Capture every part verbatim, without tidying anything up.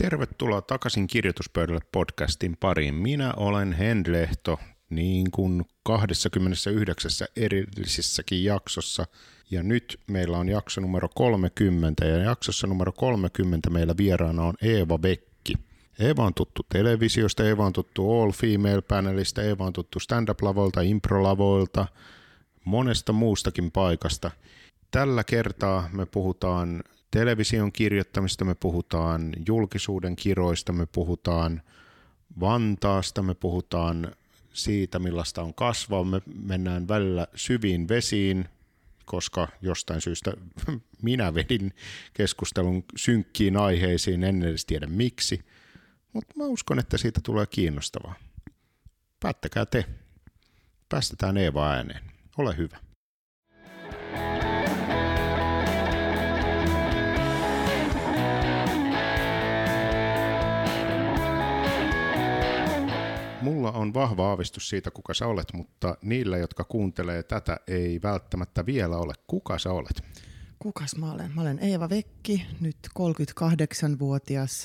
Tervetuloa takaisin Kirjoituspöydälle podcastin pariin. Minä olen Henri Lehto, niin kuin kaksikymmentäyhdeksän erillisessäkin jaksossa. Ja nyt meillä on jakso numero kolmekymmentä ja jaksossa numero kolmekymmentä meillä vieraana on Eeva Vekki. Eeva on tuttu televisiosta, Eeva on tuttu All Female Panelista, Eeva on tuttu stand-up-lavoilta, impro-lavoilta, monesta muustakin paikasta. Tällä kertaa me puhutaan television kirjoittamista, me puhutaan julkisuuden kiroista, me puhutaan Vantaasta, me puhutaan siitä, millaista on kasvaa, me mennään välillä syviin vesiin, koska jostain syystä minä vedin keskustelun synkkiin aiheisiin, en edes tiedä miksi, mutta mä uskon, että siitä tulee kiinnostavaa. Päättäkää te. Päästetään Eeva ääneen. Ole hyvä. Mulla on vahva aavistus siitä, kuka sä olet, mutta niillä, jotka kuuntelee tätä, ei välttämättä vielä ole. Kuka sä olet? Kukas mä olen? Mä olen Eeva Vekki, nyt kolmekymmentäkahdeksanvuotias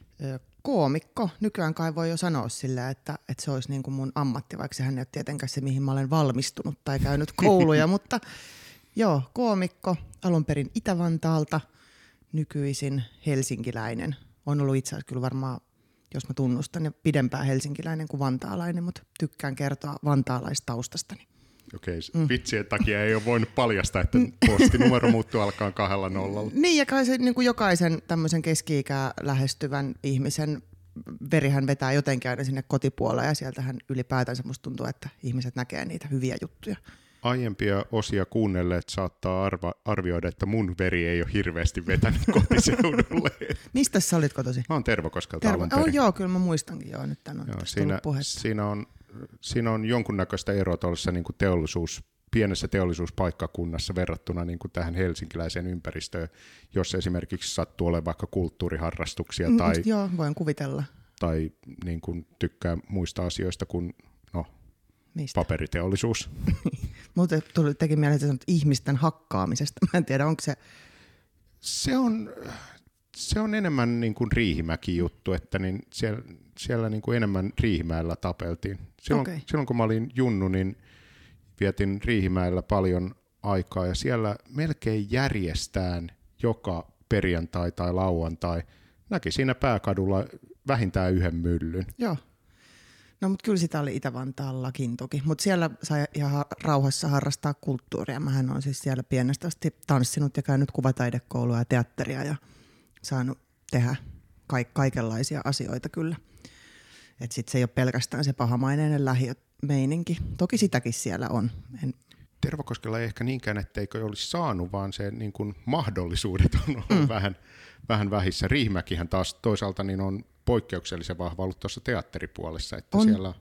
koomikko. Nykyään kai voi jo sanoa sillä, että, että se olisi niin kuin mun ammatti, vaikka sehän ei ole tietenkään se, mihin mä olen valmistunut tai käynyt kouluja, mutta joo, koomikko, alun perin Itä-Vantaalta, nykyisin helsinkiläinen. On ollut itse asiassa kyllä varmaan, jos mä tunnustan, ja pidempään helsinkiläinen kuin vantaalainen, mutta tykkään kertoa vantaalaistaustastaani. Okei, mm. vitsien takia ei ole voinut paljastaa, että postinumero muuttuu alkaa kahdella nollalla. Niin, ja kai se niin kuin jokaisen tämmöisen keski-ikää lähestyvän ihmisen verihän vetää jotenkin aina sinne kotipuolelle, ja sieltähän ylipäätänsä musta tuntuu, että ihmiset näkee niitä hyviä juttuja. Aiempia osia kuunnelleet saattaa arva, arvioida, että mun veri ei ole hirveästi vetänyt kotiseudulle. Mistä sä olit kotosi? Mä oon Tervakoskelta Tervo- alun perin. Oh, joo, kyllä mä muistankin joo, nyt tän on joo, tästä siinä, tullut puhetta. siinä, on, siinä on jonkunnäköistä eroa tuollaisessa niin kuin teollisuus, pienessä teollisuuspaikkakunnassa verrattuna niin kuin tähän helsinkiläiseen ympäristöön, jos esimerkiksi sattuu olemaan vaikka kulttuuriharrastuksia Mm, tai, joo, voin kuvitella. tai niin kuin tykkää muista asioista kuin no, Mistä? paperiteollisuus. Muuten tuli teki mieleen, että sanot ihmisten hakkaamisesta. Mä en tiedä, onko se... Se on, se on enemmän niin kuin Riihimäki-juttu, että niin siellä, siellä niin kuin enemmän Riihimäellä tapeltiin. Silloin, Okay. silloin kun mä olin junnu, niin vietin Riihimäellä paljon aikaa ja siellä melkein järjestään joka perjantai tai lauantai näki siinä pääkadulla vähintään yhden myllyn. Joo. No, mutta kyllä sitä oli Itä-Vantaallakin toki. Mutta siellä sai ihan rauhassa harrastaa kulttuuria. Mähän olen siis siellä pienestä asti tanssinut ja käynyt kuvataidekoulua ja teatteria ja saanut tehdä kaik- kaikenlaisia asioita kyllä. Että sitten se ei ole pelkästään se pahamaineinen lähiömeininki. Toki sitäkin siellä on. En... Tervakoskella ei ehkä niinkään, etteikö olisi saanut, vaan se niin kuin mahdollisuudet on ollut mm. vähän, vähän vähissä. Riihimäkihän taas toisaalta niin on poikkeuksellisen vahva ollut tuossa teatteripuolessa, että on. Siellä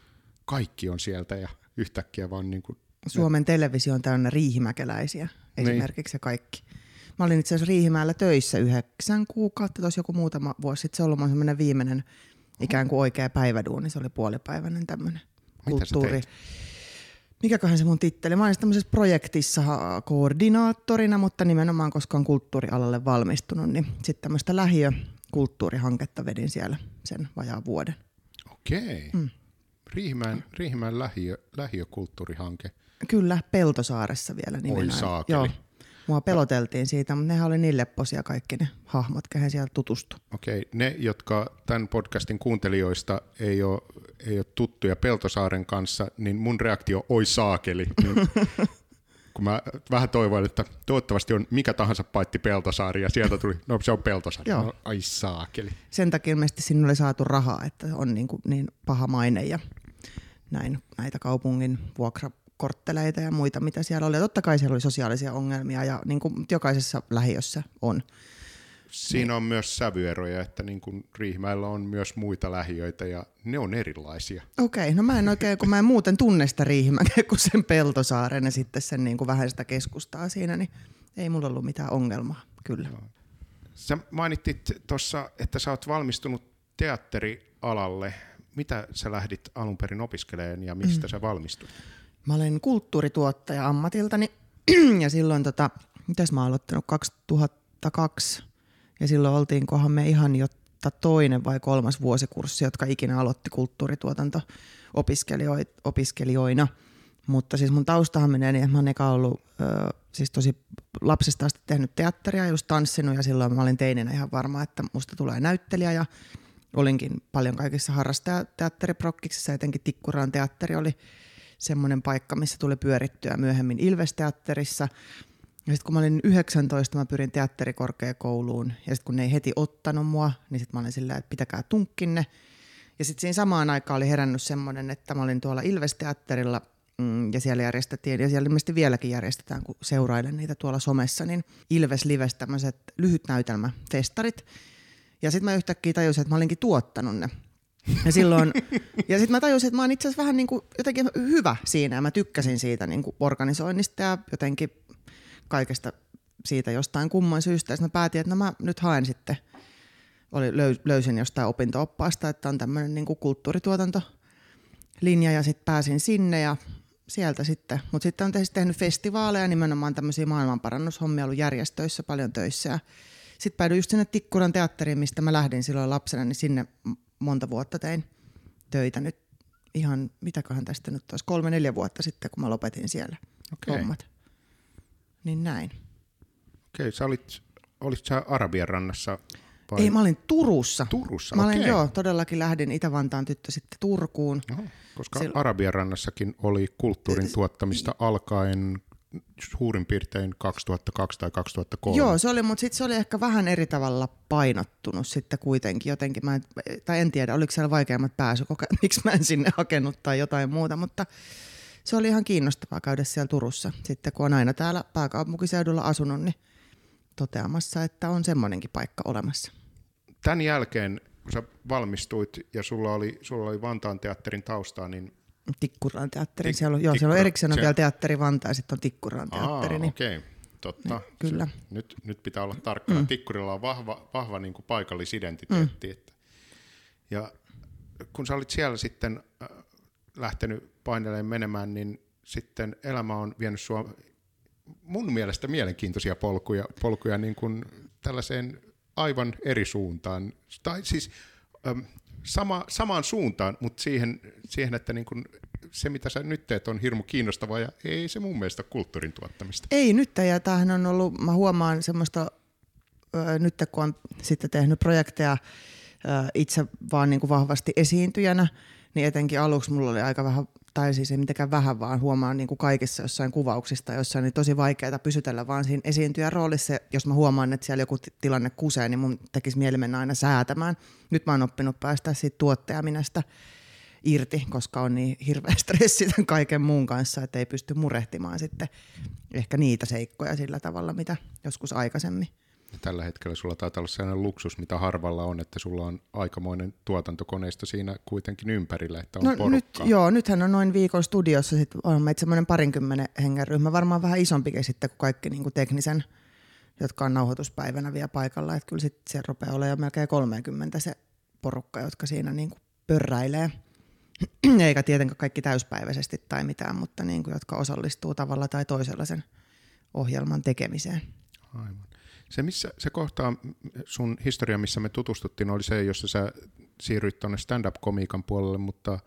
kaikki on sieltä ja yhtäkkiä vaan niin kuin... Suomen ne... televisio on täynnä riihimäkeläisiä esimerkiksi niin. Ja kaikki. Mä olin itse asiassa Riihimäellä töissä yhdeksän kuukautta, tuossa joku muutama vuosi sitten. Se on ollut semmoinen viimeinen ikään kuin oikea päiväduuni, se oli puolipäiväinen tämmöinen kulttuuri. Mikäköhän se mun titteli? Mä olin tämmöisessä projektissa koordinaattorina, mutta nimenomaan koska on kulttuurialalle valmistunut, niin sitten tämmöistä lähiökulttuurihanketta vedin siellä sen vajaan vuoden. Okei. Mm. Riihimäen, Riihimäen lähiö, lähiökulttuurihanke. Kyllä, Peltosaaressa vielä nimenomaan. Oi saakeli. Joo. Mua peloteltiin siitä, mutta nehän oli niin lepposia kaikki ne hahmot, kehen siellä tutustui. Okei, ne, jotka tämän podcastin kuuntelijoista ei ole, ei ole tuttuja Peltosaaren kanssa, niin mun reaktio oi saakeli. Niin, kun mä vähän toivoin, että toivottavasti on mikä tahansa paitti Peltosaari, ja sieltä tuli, no se on Peltosaari, no, ai saakeli. Sen takia ilmeisesti sinne oli saatu rahaa, että on niin, kuin niin paha maine ja näin, näitä kaupungin vuokra kortteleita ja muita, mitä siellä oli. Ja totta kai siellä oli sosiaalisia ongelmia ja niin kuin jokaisessa lähiössä on. Siinä niin. On myös sävyeroja, että niin kuin Riihimäellä on myös muita lähiöitä ja ne on erilaisia. Okei, okay, no mä en oikein, kun mä en muuten tunne sitä Riihimäkeä kuin sen Peltosaaren ja sitten sen niin kuin vähän sitä keskustaa siinä, niin ei mulla ollut mitään ongelmaa, kyllä. No. Sä mainittit tuossa, että sä oot valmistunut teatterialalle. Mitä sä lähdit alun perin opiskelemaan ja mistä mm. sä valmistuit? Mä olen kulttuurituottaja ammatiltani ja silloin, tota, mitäs mä oon aloittanut, kaksituhattakaksi ja silloin oltiinkohan me ihan jo toinen vai kolmas vuosikurssi, jotka ikinä aloitti kulttuurituotanto-opiskelijoina. Mutta siis mun taustahan menee niin, että mä oon eka ollut ö, siis tosi lapsesta asti tehnyt teatteria, just tanssinut ja silloin mä olin teinenä ihan varma, että musta tulee näyttelijä ja olinkin paljon kaikissa harrastajateatteriprokkiksissa, etenkin Tikkuran teatteri oli semmoinen paikka, missä tuli pyörittyä myöhemmin Ilves-teatterissa. Ja sitten kun mä olin yhdeksäntoista, mä pyrin teatterikorkeakouluun ja sitten kun ne ei heti ottanut mua, niin sitten mä olin sillä, että pitäkää tunkkinne. Ja sitten siinä samaan aikaan oli herännyt semmoinen, että mä olin tuolla Ilves-teatterilla mm, ja siellä järjestettiin, ja siellä ilmeisesti vieläkin järjestetään, kun seurailen niitä tuolla somessa, niin Ilves Lives tämmöiset lyhytnäytelmäfestarit. Ja sitten mä yhtäkkiä tajusin, että mä olinkin tuottanut ne. Ja silloin, ja sitten mä tajusin, että mä oon itse asiassa vähän niin kuin jotenkin hyvä siinä ja mä tykkäsin siitä niin kuin organisoinnista ja jotenkin kaikesta siitä jostain kumman syystä. Ja sitten mä päätin, että no mä nyt haen sitten, oli, löysin jostain opinto-oppaasta, että on tämmöinen niin kuin kulttuurituotantolinja ja sitten pääsin sinne ja sieltä sitten. Mutta sitten on tehnyt festivaaleja, nimenomaan tämmöisiä maailmanparannushommia, ollut järjestöissä paljon töissä ja sitten päädyin just sinne Tikkuran teatteriin, mistä mä lähdin silloin lapsena, niin sinne monta vuotta tein töitä nyt ihan, mitäköhän tästä nyt olisi, kolme, neljä vuotta sitten, kun mä lopetin siellä Okei. hommat. Niin näin. Okei, sä olit, olit sä Arabian rannassa vai? Ei, mä olin Turussa. Turussa, Mä olin, okei. joo, todellakin lähdin Itä-Vantaan tyttö sitten Turkuun. Oho, koska Sil- Arabian rannassakin oli kulttuurin tuottamista alkaen suurin piirtein kaksituhattakaksi tai kaksituhattakolme. Joo, se oli, mutta sitten se oli ehkä vähän eri tavalla painottunut sitten kuitenkin jotenkin. Mä en, tai en tiedä, oliko siellä vaikeammat pääsykokeet, miksi mä en sinne hakenut tai jotain muuta, mutta se oli ihan kiinnostavaa käydä siellä Turussa. Sitten kun on aina täällä pääkaupunkiseudulla asunut, niin toteamassa, että on semmoinenkin paikka olemassa. Tämän jälkeen, kun sä valmistuit ja sulla oli, sulla oli Vantaan teatterin taustaa, niin Tikkuran teatteri. Tik- siellä on, joo, Tikkura- siellä on erikseen on se- vielä teatteri Vantaa ja sitten on Tikkuran teatteri. Aa, Niin, okei, totta. kyllä. Se, nyt, nyt pitää olla tarkkana. Mm. Tikkurilla on vahva, vahva niin kuin paikallisidentiteetti. Mm. Että. Ja kun sä olit siellä sitten äh, lähtenyt painelemaan menemään, niin sitten elämä on vienyt sua mun mielestä mielenkiintoisia polkuja, polkuja niin kuin tällaiseen aivan eri suuntaan. Tai siis ähm, sama, samaan suuntaan, mutta siihen, siihen että niin kuin se, mitä sä nyt teet, on hirmu kiinnostavaa ja ei se mun mielestä ole kulttuurin tuottamista. Ei nyt, ja tämähän on ollut, mä huomaan semmoista, ö, nyt kun on sitten tehnyt projekteja ö, itse vaan niin kuin vahvasti esiintyjänä, niin etenkin aluksi mulla oli aika vähän, tai siis ei mitenkään vähän, vaan huomaan niin kuin kaikissa jossain kuvauksista, jossain niin tosi vaikeaa pysytellä vaan siinä esiintyjän roolissa. Jos mä huomaan, että siellä joku tilanne kusee, niin mun tekisi mieli mennä aina säätämään. Nyt mä oon oppinut päästä siitä tuottajaminästä irti, koska on niin hirveä stressi tämän kaiken muun kanssa, että ei pysty murehtimaan sitten ehkä niitä seikkoja sillä tavalla, mitä joskus aikaisemmin. Tällä hetkellä sulla taitaa olla sellainen luksus, mitä harvalla on, että sulla on aikamoinen tuotantokoneisto siinä kuitenkin ympärillä, että on no, porukkaa. Nyt, joo, nythän on noin viikon studiossa, sit on meitä semmoinen parinkymmenen hengen ryhmä, varmaan vähän isompikin sitten kuin kaikki niin kuin teknisen, jotka on nauhoituspäivänä vielä paikalla, että kyllä sitten siellä rupeaa olemaan jo melkein kolmekymmentä se porukka, jotka siinä niin kuin pörräilee. Eikä tietenkään kaikki täyspäiväisesti tai mitään, mutta niin kuin, jotka osallistuu tavalla tai toisella sen ohjelman tekemiseen. Aivan. Se, missä, se kohtaa sun historia, missä me tutustuttiin, oli se, jossa sä siirryit tuonne stand-up-komiikan puolelle, mutta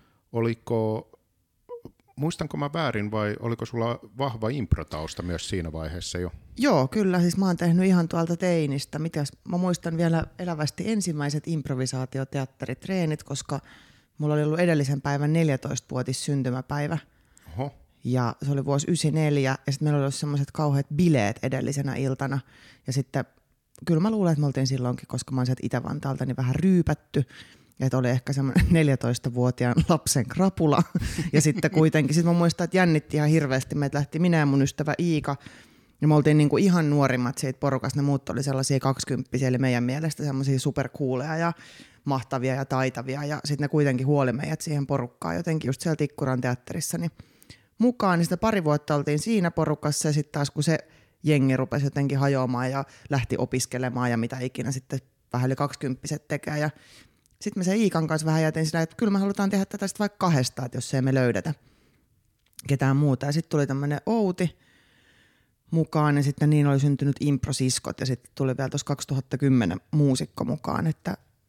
oliko, muistanko mä väärin vai oliko sulla vahva improtausta myös siinä vaiheessa jo? Joo, kyllä. Siis mä oon tehnyt ihan tuolta teinistä. Mitäs, mä muistan vielä elävästi ensimmäiset improvisaatioteatteritreenit, koska mulla oli ollut edellisen päivän neljätoistavuotis syntymäpäivä. Oho. Ja se oli vuosi yhdeksänkymmentäneljä ja sitten meillä oli ollut semmoiset kauheat bileet edellisenä iltana. Ja sitten kyllä mä luulen, että me oltiin silloinkin, koska mä oon sieltä Itä-Vantaalta, niin vähän ryypätty. Ja että oli ehkä semmoinen neljätoistavuotiaan lapsen krapula. Ja sitten kuitenkin, sitten mä muistan, että jännitti ihan hirveästi. Meitä lähti minä ja mun ystävä Iika. Ja me oltiin niinku ihan nuorimmat siitä porukasta. Ne muut oli sellaisia kaksikymppisiä, eli meidän mielestä semmoisia supercooleja ja mahtavia ja taitavia. Ja sitten ne kuitenkin huoli meidät siihen porukkaan jotenkin just siellä Tikkuran teatterissa, niin mukaan, niin sitä pari vuotta oltiin siinä porukassa ja sitten taas kun se jengi rupesi jotenkin hajoamaan ja lähti opiskelemaan ja mitä ikinä sitten vähän yli kaksikymppiset tekee ja sitten me se Iikan kanssa vähän jätin sillä, että kyllä me halutaan tehdä tätä sitten vaikka kahdestaan, että jos ei me löydetä ketään muuta ja sitten tuli tämmöinen Outi mukaan ja sitten niin oli syntynyt improsiskot ja sitten tuli vielä tuossa kaksituhattakymmenen muusikko mukaan, että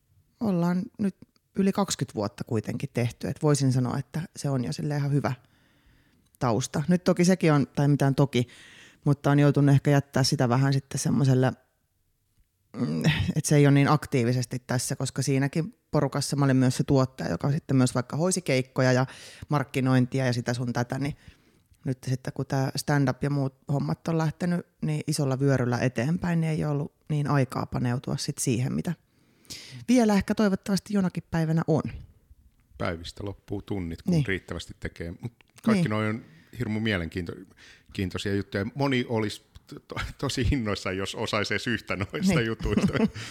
ollaan nyt yli kaksikymmentä vuotta kuitenkin tehty. Et voisin sanoa, että se on jo silleen ihan hyvä tausta. Nyt toki sekin on, tai mitään toki, mutta on joutunut ehkä jättää sitä vähän sitten semmoiselle, että se ei ole niin aktiivisesti tässä, koska siinäkin porukassa mä olin myös se tuottaja, joka sitten myös vaikka hoisi keikkoja ja markkinointia ja sitä sun tätä, niin nyt sitten kun tämä stand-up ja muut hommat on lähtenyt niin isolla vyöryllä eteenpäin, niin ei ole ollut niin aikaa paneutua sit siihen, mitä vielä ehkä toivottavasti jonakin päivänä on. Päivistä loppuu tunnit, kun niin. riittävästi tekee. Mut kaikki niin. Noi on hirmu mielenkiintoisia juttuja. Moni olisi to- tosi innoissaan, jos osaisi edes yhtä noista niin. jutuista.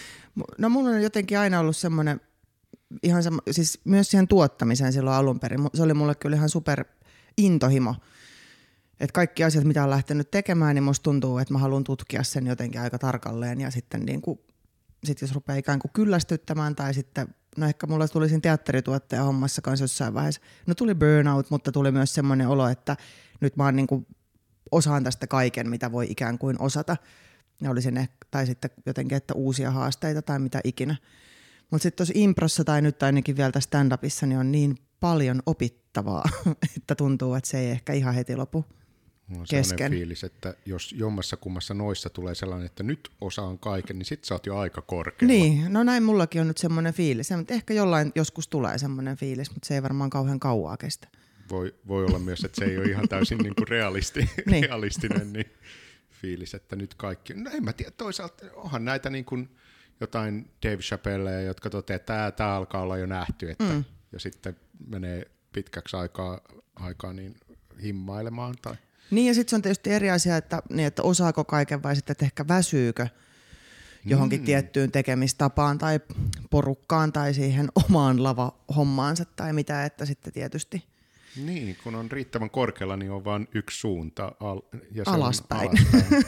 No mulla on jotenkin aina ollut semmoinen, ihan semmo, siis myös siihen tuottamiseen silloin alun perin. Se oli mulle kyllä ihan super intohimo. Että kaikki asiat, mitä on lähtenyt tekemään, niin musta tuntuu, että mä haluan tutkia sen jotenkin aika tarkalleen. Ja sitten niin kuin, sit jos rupeaa ikään kuin kyllästyttämään tai sitten, no ehkä mulla tuli siinä teatterituottaja hommassa kanssa jossain vaiheessa. No tuli burnout, mutta tuli myös semmoinen olo, että nyt mä oon niin kuin, osaan tästä kaiken, mitä voi ikään kuin osata. Ja olisin ehkä, tai sitten jotenkin, että uusia haasteita tai mitä ikinä. Mutta sitten tuossa improssa tai nyt ainakin vielä tässä stand-upissa, niin on niin paljon opittavaa, että tuntuu, että se ei ehkä ihan heti lopu. Mulla on kesken. sellainen fiilis, että jos jommassa kummassa noissa tulee sellainen, että nyt osaan kaiken, niin sit sä oot jo aika korkealla. Niin, no näin mullakin on nyt semmoinen fiilis. Ehkä jollain joskus tulee semmoinen fiilis, mutta se ei varmaan kauhean kauaa kestä. Voi, voi olla myös, että se ei ole ihan täysin niin kuin realisti, niin. realistinen niin fiilis, että nyt kaikki. No en mä tiedä, toisaalta onhan näitä niin kuin jotain Dave Chappelleja, jotka toteaa, että tämä, tämä alkaa olla jo nähty, että, mm. ja sitten menee pitkäksi aikaa, aikaa niin himmailemaan tai... Niin ja sitten se on tietysti eri asia, että, niin, että osaako kaiken vai sitten, että ehkä väsyykö johonkin mm. tiettyyn tekemistapaan tai porukkaan tai siihen omaan lava-hommaansa tai mitä, että sitten tietysti. Niin, kun on riittävän korkealla, niin on vain yksi suunta al- ja se alaspäin. On alaspäin.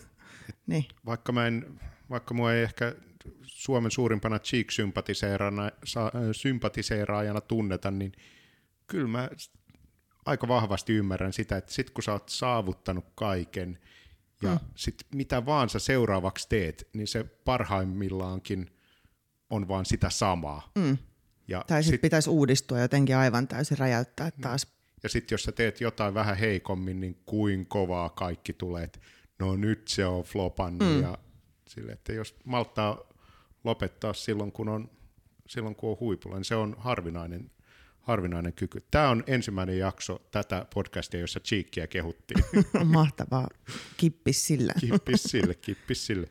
niin. Vaikka mä en, vaikka mua ei ehkä Suomen suurimpana Cheek-sympatiseeraajana tunneta, niin kyllä mä aika vahvasti ymmärrän sitä, että sit kun sä oot saavuttanut kaiken ja mm. sit mitä vaan sä seuraavaksi teet, niin se parhaimmillaankin on vaan sitä samaa. Mm. Ja tai sitten sit pitäisi uudistua jotenkin aivan täysin räjäyttää taas. Ja sitten jos sä teet jotain vähän heikommin, niin kuin kovaa kaikki tulee, että no nyt se on flopannut. Mm. Ja sille, että jos malttaa lopettaa silloin kun on, silloin, kun on huipulla, niin se on harvinainen, harvinainen kyky. Tämä on ensimmäinen jakso tätä podcastia, jossa Cheekkiä kehuttiin. Mahtavaa. Kippis sille. Kippis sille, kippis sille.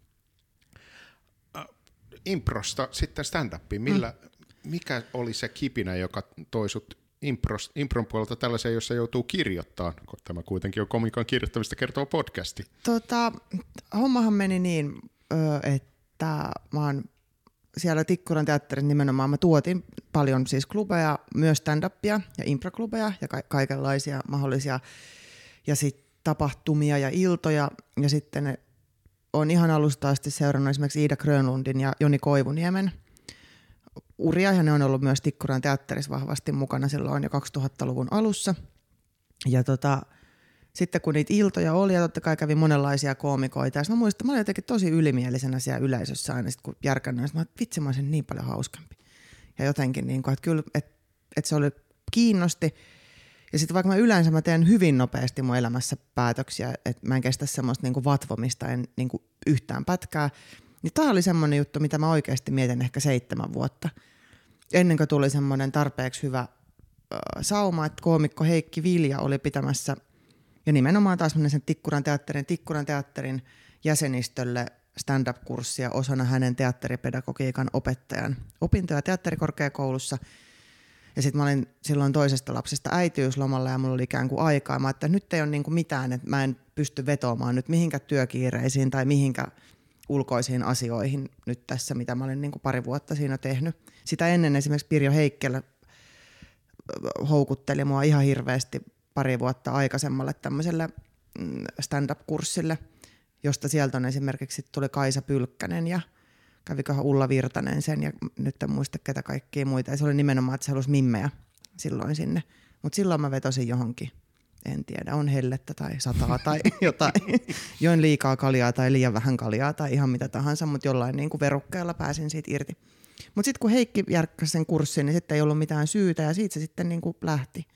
Uh, improsta sitten stand-upiin. Millä... Mm. Mikä oli se kipinä, joka toi sut impros, impron puolelta tällaiseen, jossa joutuu kirjoittamaan, kun tämä kuitenkin on komikon kirjoittamista kertoo podcasti? Tota, hommahan meni niin, että mä oon siellä Tikkuran teatterin nimenomaan, mä tuotin paljon siis klubeja, myös stand-upia ja improklubeja ja ka- kaikenlaisia mahdollisia ja sit tapahtumia ja iltoja ja sitten ne on ihan alusta asti seurannut esimerkiksi Iida Grönlundin ja Joni Koivuniemen uria, ja ne on ollut myös Tikkuran teatterissa vahvasti mukana silloin jo kaksituhattaluvun alussa. Ja tota, sitten kun niitä iltoja oli, ja totta kai kävi monenlaisia koomikoita, ja mä muistan, mä olin jotenkin tosi ylimielisenä siellä yleisössä aina, sit kun järkännöin, mä että vitsi, mä olisin niin paljon hauskempi. Ja jotenkin, niin kuin, että kyllä, että, että se oli kiinnosti. Ja sitten vaikka mä yleensä mä teen hyvin nopeasti mun elämässä päätöksiä, että mä en kestä semmoista niin kuin vatvomista, en niin kuin yhtään pätkää, niin tämä oli semmoinen juttu, mitä mä oikeasti mietin ehkä seitsemän vuotta. Ennen kuin tuli semmoinen tarpeeksi hyvä äh, sauma, että koomikko Heikki Vilja oli pitämässä, ja nimenomaan taas sen Tikkuran teatterin, Tikkuran teatterin jäsenistölle stand-up-kurssia osana hänen teatteripedagogiikan opettajan opintoja teatterikorkeakoulussa. Ja sitten mä olin silloin toisesta lapsesta äitiyslomalla ja mulla oli ikään kuin aikaa. Mä että nyt ei ole niin kuin mitään, että mä en pysty vetoamaan nyt mihinkä työkiireisiin tai mihinkä ulkoisiin asioihin nyt tässä, mitä mä olin niin kuin pari vuotta siinä tehnyt. Sitä ennen esimerkiksi Pirjo Heikkelä houkutteli mua ihan hirveästi pari vuotta aikaisemmalle tämmöiselle stand-up-kurssille, josta sieltä on esimerkiksi tuli Kaisa Pylkkänen ja käviköhän Ulla Virtanen sen ja nyt en muista ketä kaikkia muita. Ja se oli nimenomaan, että se halusi mimmejä silloin sinne. Mutta silloin mä vetosin johonkin. En tiedä, on hellettä tai sataa tai jotain. Join liikaa kaljaa tai liian vähän kaljaa tai ihan mitä tahansa, mutta jollain niin kuin verukkeella pääsin siitä irti. Mutta sitten kun Heikki järkkäsi sen kurssin, niin sitten ei ollut mitään syytä ja siitä se sitten niin kuin lähti.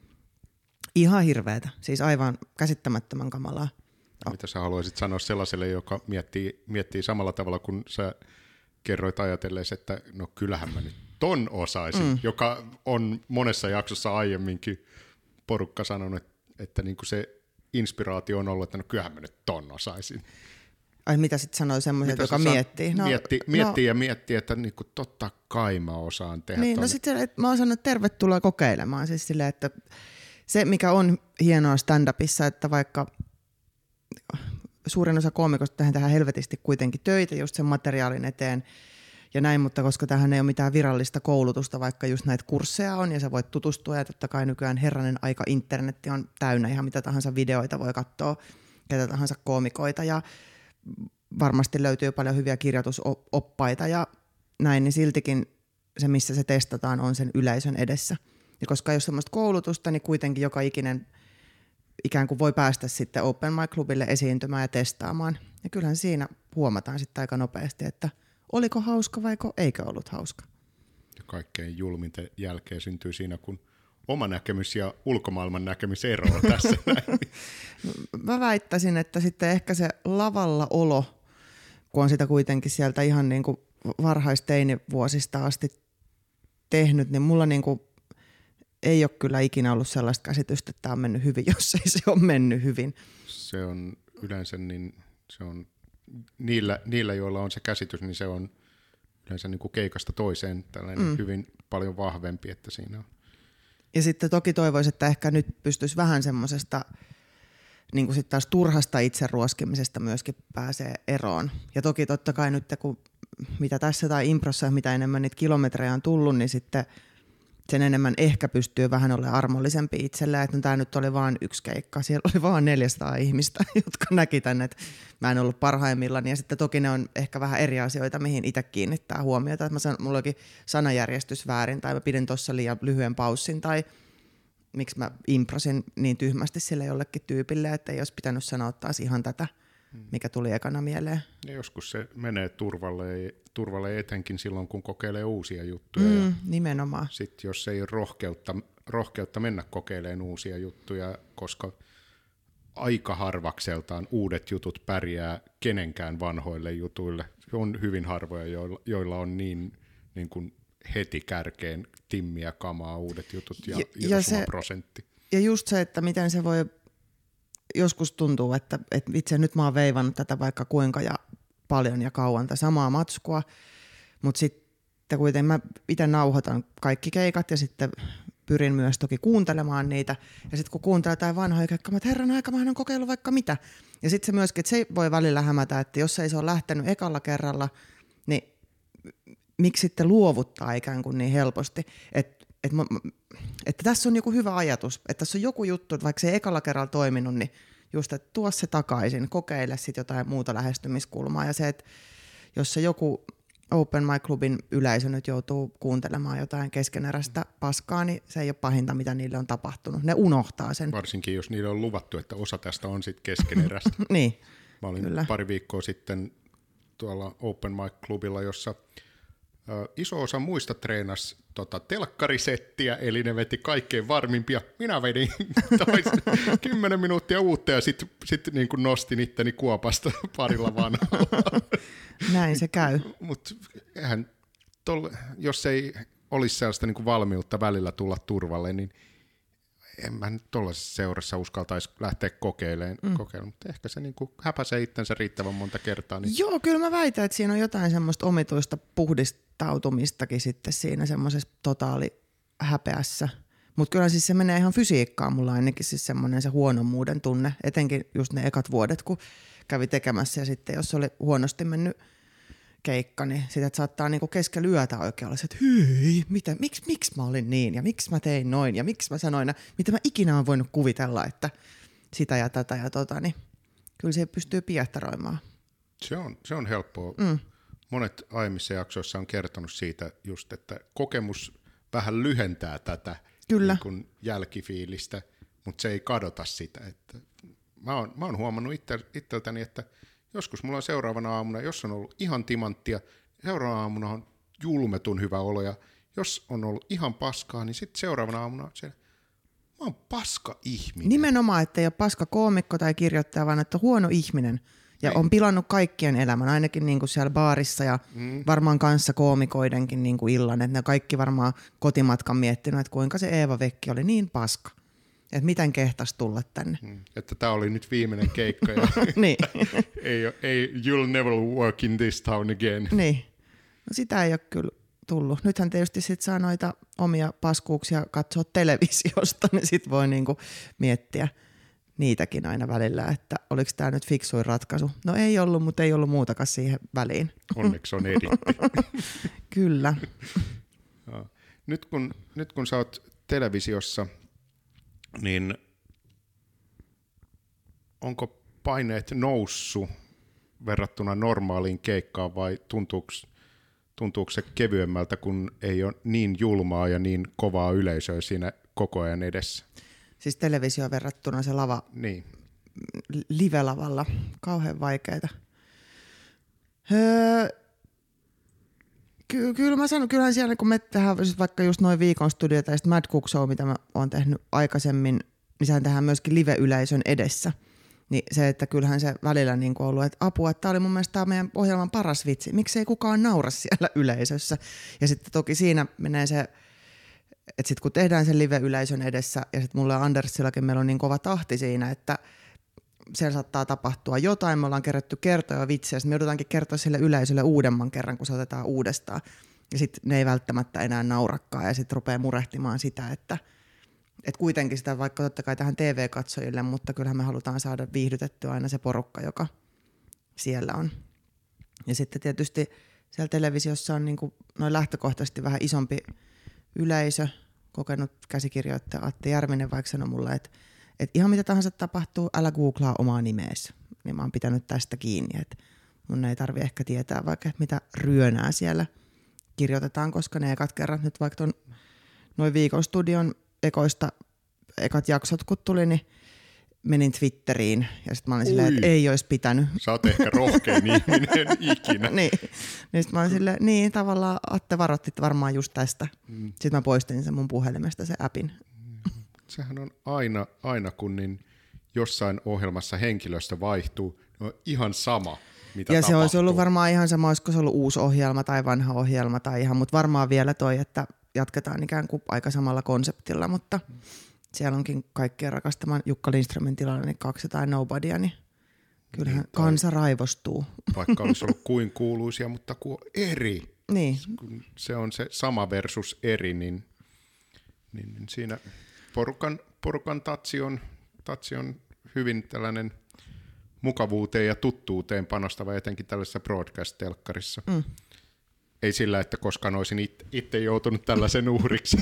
Ihan hirveetä, siis aivan käsittämättömän kamalaa. No. Mitä sä haluaisit sanoa sellaiselle, joka miettii, miettii samalla tavalla kuin sä kerroit ajatellesi, että no kyllähän mä nyt ton osaisin, mm. joka on monessa jaksossa aiemminkin porukka sanonut, että, että niin kuin se inspiraatio on ollut, että no kyllähän mä nyt ton osaisin. Ai mitä sitten sanoi semmoiset, joka miettii? No, miettii, miettii no, ja miettii, että niin kuin totta kai mä osaan tehdä. Niin, no sitten mä oon sanonut, että tervetuloa kokeilemaan. Siis silleen, että se mikä on hienoa stand-upissa, että vaikka suurin osa koomikosta tähän tehdään helvetisti kuitenkin töitä just sen materiaalin eteen ja näin, mutta koska tähän ei ole mitään virallista koulutusta, vaikka just näitä kursseja on ja sä voit tutustua ja totta kai nykyään herranen aika internetti on täynnä ihan mitä tahansa videoita voi katsoa, ketä tahansa koomikoita ja varmasti löytyy paljon hyviä kirjoitusoppaita ja näin, niin siltikin se, missä se testataan, on sen yleisön edessä. Ja koska ei ole sellaista koulutusta, niin kuitenkin joka ikinen ikään kuin voi päästä sitten Open Mic Clubille esiintymään ja testaamaan. Ja kyllähän siinä huomataan sitten aika nopeasti, että oliko hauska vai eikö ollut hauska. Ja kaikkein julminten jälkeen syntyy siinä, kun oma näkemys ja ulkomaailman näkemys eroaa tässä näin. Mä väittäisin, että sitten ehkä se lavalla olo, kun on sitä kuitenkin sieltä ihan niin kuin varhaisteinivuosista asti tehnyt, niin mulla niin kuin ei ole kyllä ikinä ollut sellaista käsitystä, että tämä on mennyt hyvin, jos ei se ole mennyt hyvin. Se on yleensä niin, se on niillä, niillä, joilla on se käsitys, niin se on yleensä niin kuin keikasta toiseen tällainen mm. hyvin paljon vahvempi, että siinä on. Ja sitten toki toivoisin, että ehkä nyt pystyisi vähän semmoisesta niin kuin sitten taas turhasta itseruoskimisesta myöskin pääsee eroon. Ja toki totta kai nyt, kun mitä tässä tai improssa, mitä enemmän niitä kilometrejä on tullut, niin sitten sen enemmän ehkä pystyy vähän olemaan armollisempi itselleen, että no, tämä nyt oli vain yksi keikka. Siellä oli vain neljäsataa ihmistä, jotka näki tänne, että mä en ollut parhaimmillaan. Ja sitten toki ne on ehkä vähän eri asioita, mihin itse kiinnittää huomiota. Että mä sanon, mulla olikin sanajärjestys väärin, tai mä pidin tuossa liian lyhyen paussin, tai miksi mä improsin niin tyhmästi sille jollekin tyypille, että ei olisi pitänyt sanoa taas ihan tätä, mikä tuli ekana mieleen. Ja joskus se menee turvalle, turvalle etenkin silloin, kun kokeilee uusia juttuja. Mm, ja nimenomaan. sitten jos ei ole rohkeutta, rohkeutta mennä kokeilemaan uusia juttuja, koska aika harvakseltaan uudet jutut pärjää kenenkään vanhoille jutuille. On hyvin harvoja, joilla, joilla on niin, niin kuin heti kärkeen timmiä kamaa uudet jutut ja, ja, ja se, prosentti. Ja just se, että miten se voi joskus tuntuu, että, että itse nyt mä oon veivannut tätä vaikka kuinka ja paljon ja kauan tätä samaa matskua, mutta sitten kuitenkin mä itse nauhoitan kaikki keikat ja sitten pyrin myös toki kuuntelemaan niitä. Ja sitten kun kuuntelee jotain vanhoja keikkaa, mä että herran aika, mä oon kokeillut vaikka mitä. Ja sitten se myöskin, että se voi välillä hämätä, että jos ei se ole lähtenyt ekalla kerralla, niin miksi sitten luovuttaa ikään kuin niin helposti. Että et että tässä on joku hyvä ajatus, että tässä on joku juttu, että vaikka se ei ekalla kerralla toiminut, niin just, että tuo se takaisin, kokeile sitten jotain muuta lähestymiskulmaa. Ja se, että jos se joku Open Mic Clubin yleisö nyt joutuu kuuntelemaan jotain keskeneräistä paskaa, niin se ei ole pahinta, mitä niille on tapahtunut. Ne unohtaa sen. Varsinkin, jos niille on luvattu, että osa tästä on sitten keskeneräistä. Niin, Mä olin kyllä. pari viikkoa sitten tuolla Open Mic Clubilla, jossa ö, iso osa muista treenasi tota, telkkarisettiä, eli ne veti kaikkein varmimpia. Minä vedin kymmenen minuuttia uutta ja sitten sit niin kuin nostin itteni kuopasta parilla vanhalla. Näin se käy. Mutta eihän tolle, jos ei olisi sellaista niin kuin valmiutta välillä tulla turvalle, niin en mä nyt tuollaisessa seurassa uskaltaisi lähteä kokeilemaan, mm. kokeilemaan. Mutta ehkä se niin kuin häpäisee itsensä riittävän monta kertaa. Niin... Joo, kyllä mä väitän, että siinä on jotain semmoista omituista puhdistautumistakin sitten siinä semmoisessa totaali häpeässä. Mutta kyllä siis se menee ihan fysiikkaan mulla ainakin siis semmoinen se huonommuuden tunne, etenkin just ne ekat vuodet, kun kävi tekemässä ja sitten jos oli huonosti mennyt keikka, niin sitä saattaa niinku keskellä yötä oikein olla se, että hyi, mitä, miksi, miksi mä olin niin ja miksi mä tein noin ja miksi mä sanoin, mitä mä ikinä olen voinut kuvitella, että sitä ja tätä ja tota, niin kyllä se pystyy piehtaroimaan. Se on, se on helppoa. Mm. Monet aiemmissa jaksoissa on kertonut siitä just, että kokemus vähän lyhentää tätä kyllä. Niin kuin jälkifiilistä, mutta se ei kadota sitä. Että mä, oon, mä oon huomannut itse, itseltäni, että joskus mulla on seuraavana aamuna, jos on ollut ihan timanttia, seuraavana aamuna on julmetun hyvä olo. Ja jos on ollut ihan paskaa, niin sitten seuraavana aamuna siellä, mä oon paska ihminen. Nimenomaan, että ei ole paska koomikko tai kirjoittaja, vaan että huono ihminen. Ja ei. On pilannut kaikkien elämän, ainakin niin kuin siellä baarissa ja mm. varmaan kanssa koomikoidenkin niin kuin illan. Että ne kaikki varmaan kotimatkan miettinyt, että kuinka se Eeva Vekki oli niin paska. Että miten kehtas tulla tänne. Mm. Että tää oli nyt viimeinen keikka ja niin. ei, ei, you'll never work in this town again. Niin. No sitä ei ole kyllä tullut. Nythän tietysti sit saa noita omia paskuuksia katsoa televisiosta, niin sit voi niinku miettiä niitäkin aina välillä, että oliko tämä nyt fiksuin ratkaisu. No ei ollut, mutta ei ollut muutakaan siihen väliin. Onneksi on editti. Kyllä. Nyt kun, nyt kun sä oot televisiossa, niin onko paineet noussut verrattuna normaaliin keikkaan vai tuntuuko, tuntuuko se kevyemmältä, kun ei ole niin julmaa ja niin kovaa yleisöä siinä koko ajan edessä? Siis televisio verrattuna se lava niin. live-lavalla, kauhean vaikeita. Öö, ky- kyllä mä sanon, kyllähän siellä kun me tehdään vaikka just noin viikon studioita ja sitten Mad Cook Show, mitä mä oon tehnyt aikaisemmin, niin sehän tehdään myöskin live-yleisön edessä. Niin se, että kyllähän se välillä niin kuin ollut, että apua, että tämä oli mun mielestä tämä meidän ohjelman paras vitsi. Miksei kukaan naura siellä yleisössä? Ja sitten toki siinä menee se, että sitten kun tehdään sen live-yleisön edessä ja sitten mulla ja Andersillakin meillä on niin kova tahti siinä, että siellä saattaa tapahtua jotain, me ollaan kerätty kertoja vitsiä, sitten me joudutaankin kertoa sille yleisölle uudemman kerran, kun se otetaan uudestaan. Ja sitten ne ei välttämättä enää naurakaan ja sitten rupeaa murehtimaan sitä, että et kuitenkin sitä vaikka totta kai tähän T V-katsojille, mutta kyllähän me halutaan saada viihdytettyä aina se porukka, joka siellä on. Ja sitten tietysti siellä televisiossa on niin kuin noin lähtökohtaisesti vähän isompi yleisö, kokenut käsikirjoittaja Atte Järvinen vaikka sanoi mulle, että, että ihan mitä tahansa tapahtuu, älä googlaa omaa nimeesi. Niin mä oon pitänyt tästä kiinni, että mun ei tarvi ehkä tietää vaikka, että mitä ryönää siellä kirjoitetaan, koska ne ekat kerrat nyt vaikka ton noin viikon studion ekoista, ekat jaksot kun tuli, niin menin Twitteriin ja sitten mä olin silleen, että ei olisi pitänyt. Sä oot ehkä rohkein ihminen ikinä. niin. Niin sitten mä olin silleen, niin tavallaan Atte varoitti varmaan just tästä. Mm. Sitten mä poistin sen mun puhelimesta se appin. Sehän on aina, aina kun niin jossain ohjelmassa henkilöstö vaihtuu, niin on ihan sama, mitä ja tapahtuu. se olisi ollut varmaan ihan sama, olisiko se ollut uusi ohjelma tai vanha ohjelma tai ihan, mutta varmaan vielä toi, että jatketaan ikään kuin aika samalla konseptilla, mutta mm. siellä onkin kaikkien rakastaman Jukka Lindströmin tilalla niin kaksi jotain nobodya, niin kyllähän niin, kansa raivostuu. Vaikka olisi ollut kuin kuuluisia, mutta kun eri. Niin. Kun se on se sama versus eri, niin, niin, niin siinä porukan, porukan tatsi on, tatsi on hyvin tällainen mukavuuteen ja tuttuuteen panostava, etenkin tällaisessa broadcast-telkkarissa. Mm. Ei sillä, että koskaan olisin it, itse joutunut tällaisen uhriksi.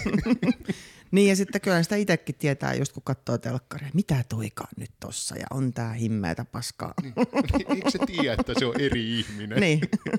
Niin ja sitten kyllä sitä itsekin tietää just kun katsoo telkkaria, mitä toikaan nyt tossa ja on tää himmeätä paskaa. Niin. Eikö se tiedä, että se on eri ihminen? Niin,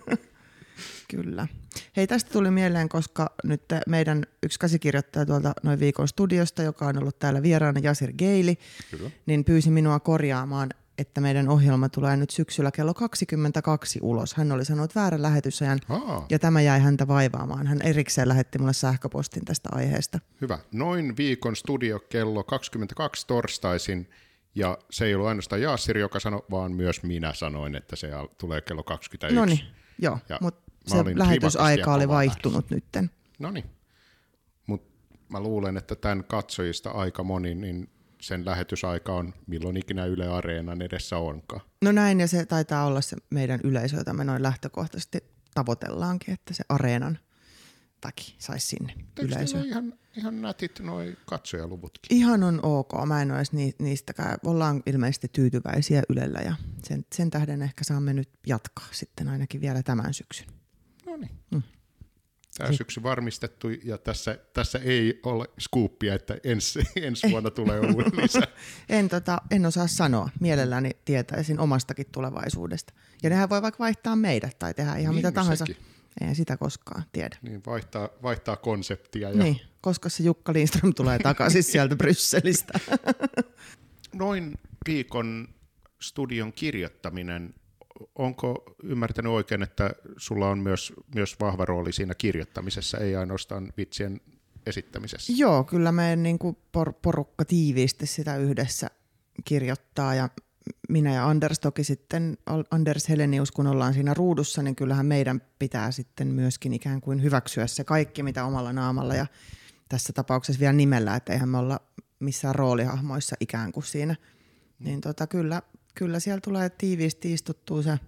kyllä. Hei tästä tuli mieleen, koska nyt meidän yksi käsikirjoittaja tuolta noin viikon studiosta, joka on ollut täällä vieraana Yasir Geili, kyllä. Niin pyysi minua korjaamaan, että meidän ohjelma tulee nyt syksyllä kello kaksikymmentäkaksi ulos. Hän oli sanonut väärän lähetysajan Aa. ja tämä jäi häntä vaivaamaan. Hän erikseen lähetti mulle sähköpostin tästä aiheesta. Hyvä. Noin viikon studio kello kaksikymmentäkaksi torstaisin ja se ei ollut ainoastaan Jaasir, joka sanoi, vaan myös minä sanoin, että se tulee kello kaksikymmentäyksi. No niin, joo, mutta se lähetysaika oli vaihtunut nytten. No niin, mutta mä luulen, että tämän katsojista aika moni, niin sen lähetysaika on milloin ikinä Yle Areenan edessä onkaan. No näin, ja se taitaa olla se meidän yleisö, jota me noin lähtökohtaisesti tavoitellaankin, että se Areenan väki saisi sinne yleisöön. Eikö ihan, ihan nätit noi katsojaluvutkin? Ihan on ok, mä en ole edes niistäkään. Ollaan ilmeisesti tyytyväisiä Ylellä, ja sen, sen tähden ehkä saamme nyt jatkaa sitten ainakin vielä tämän syksyn. No niin. Mm. Tämä syksy varmistettu ja tässä, tässä ei ole skuuppia, että ensi, ensi vuonna tulee uuden lisää. en, tota, en osaa sanoa. Mielelläni tietäisin omastakin tulevaisuudesta. Ja nehän voi vaikka vaihtaa meidät tai tehdä ihan niin, mitä tahansa. Sekin. En sitä koskaan tiedä. Niin, vaihtaa, vaihtaa konseptia. Ja niin, koska se Jukka Lindström tulee takaisin sieltä Brysselistä. Noin viikon studion kirjoittaminen, onko ymmärtänyt oikein, että sulla on myös, myös vahva rooli siinä kirjoittamisessa, ei ainoastaan vitsien esittämisessä? Joo, kyllä meidän niin kuin por- porukka tiiviisti sitä yhdessä kirjoittaa ja minä ja Anders toki sitten, Anders Helenius, kun ollaan siinä ruudussa, niin kyllähän meidän pitää sitten myöskin ikään kuin hyväksyä se kaikki, mitä omalla naamalla ja tässä tapauksessa vielä nimellä, että eihän me olla missään roolihahmoissa ikään kuin siinä. Niin tota, kyllä, kyllä siellä tulee tiiviisti istuttua se,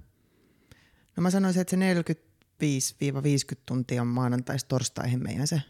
no mä sanoisin, että se neljäkymmentäviisi viisikymmentä tuntia on maanantaista torstaihin meidän se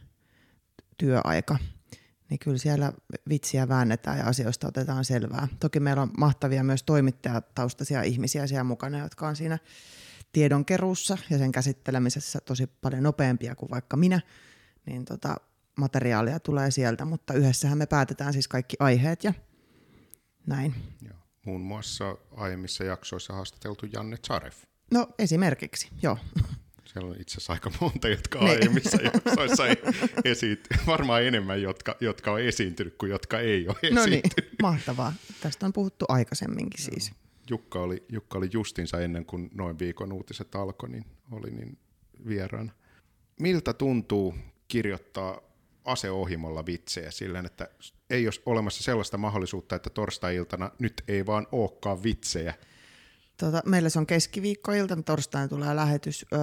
työaika. Niin kyllä siellä vitsiä väännetään ja asioista otetaan selvää. Toki meillä on mahtavia myös toimittajataustaisia ihmisiä siellä mukana, jotka on siinä tiedonkeruussa ja sen käsittelemisessä tosi paljon nopeampia kuin vaikka minä. Niin tota, materiaalia tulee sieltä, mutta yhdessähän me päätetään siis kaikki aiheet ja näin. Joo. Muun muassa aiemmissa jaksoissa haastateltu Janne Zarev. No esimerkiksi, joo. Siellä on itse asiassa aika monta, jotka aiemmissa jaksoissa esiintyy. Varmaan enemmän, jotka, jotka on esiintynyt kuin jotka ei ole esiintynyt. No niin, mahtavaa. Tästä on puhuttu aikaisemminkin siis. Jukka oli, Jukka oli justinsa ennen kuin noin viikon uutiset alkoi, niin oli niin vieraana. Miltä tuntuu kirjoittaa aseohimolla vitsejä silleen, että ei ole olemassa sellaista mahdollisuutta, että torstai-iltana nyt ei vaan olekaan vitsejä? Tota, meillä se on keskiviikkoilta, torstaina tulee lähetys. Öö,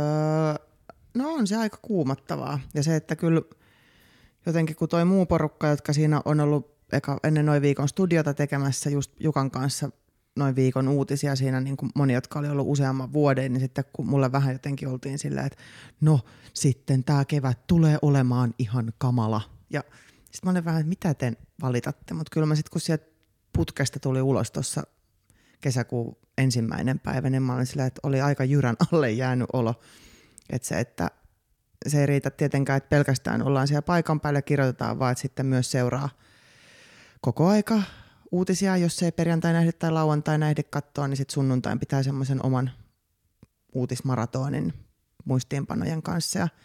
no on se aika kuumattavaa. Ja se, että kyllä jotenkin kun toi muu porukka, jotka siinä on ollut eka, ennen noin viikon studiota tekemässä just Jukan kanssa noin viikon uutisia siinä, niin kuin moni, jotka oli ollut useamman vuoden, niin sitten kun mulle vähän jotenkin oltiin silleen, että no sitten tämä kevät tulee olemaan ihan kamala. Ja sitten mä olin vähän, että mitä te valitatte, mutta kyllä mä sitten kun sieltä putkesta tuli ulos tuossa kesäkuun ensimmäinen päivä, niin mä olin sillä, että oli aika jyrän alle jäänyt olo. Että se, että se ei riitä tietenkään, että pelkästään ollaan siellä paikan päällä ja kirjoitetaan, vaan että sitten myös seuraa koko aika uutisia. Jos ei perjantai ehdi tai lauantai ehdi katsoa, niin sitten sunnuntain pitää semmoisen oman uutismaratonin muistiinpanojen kanssa. Ja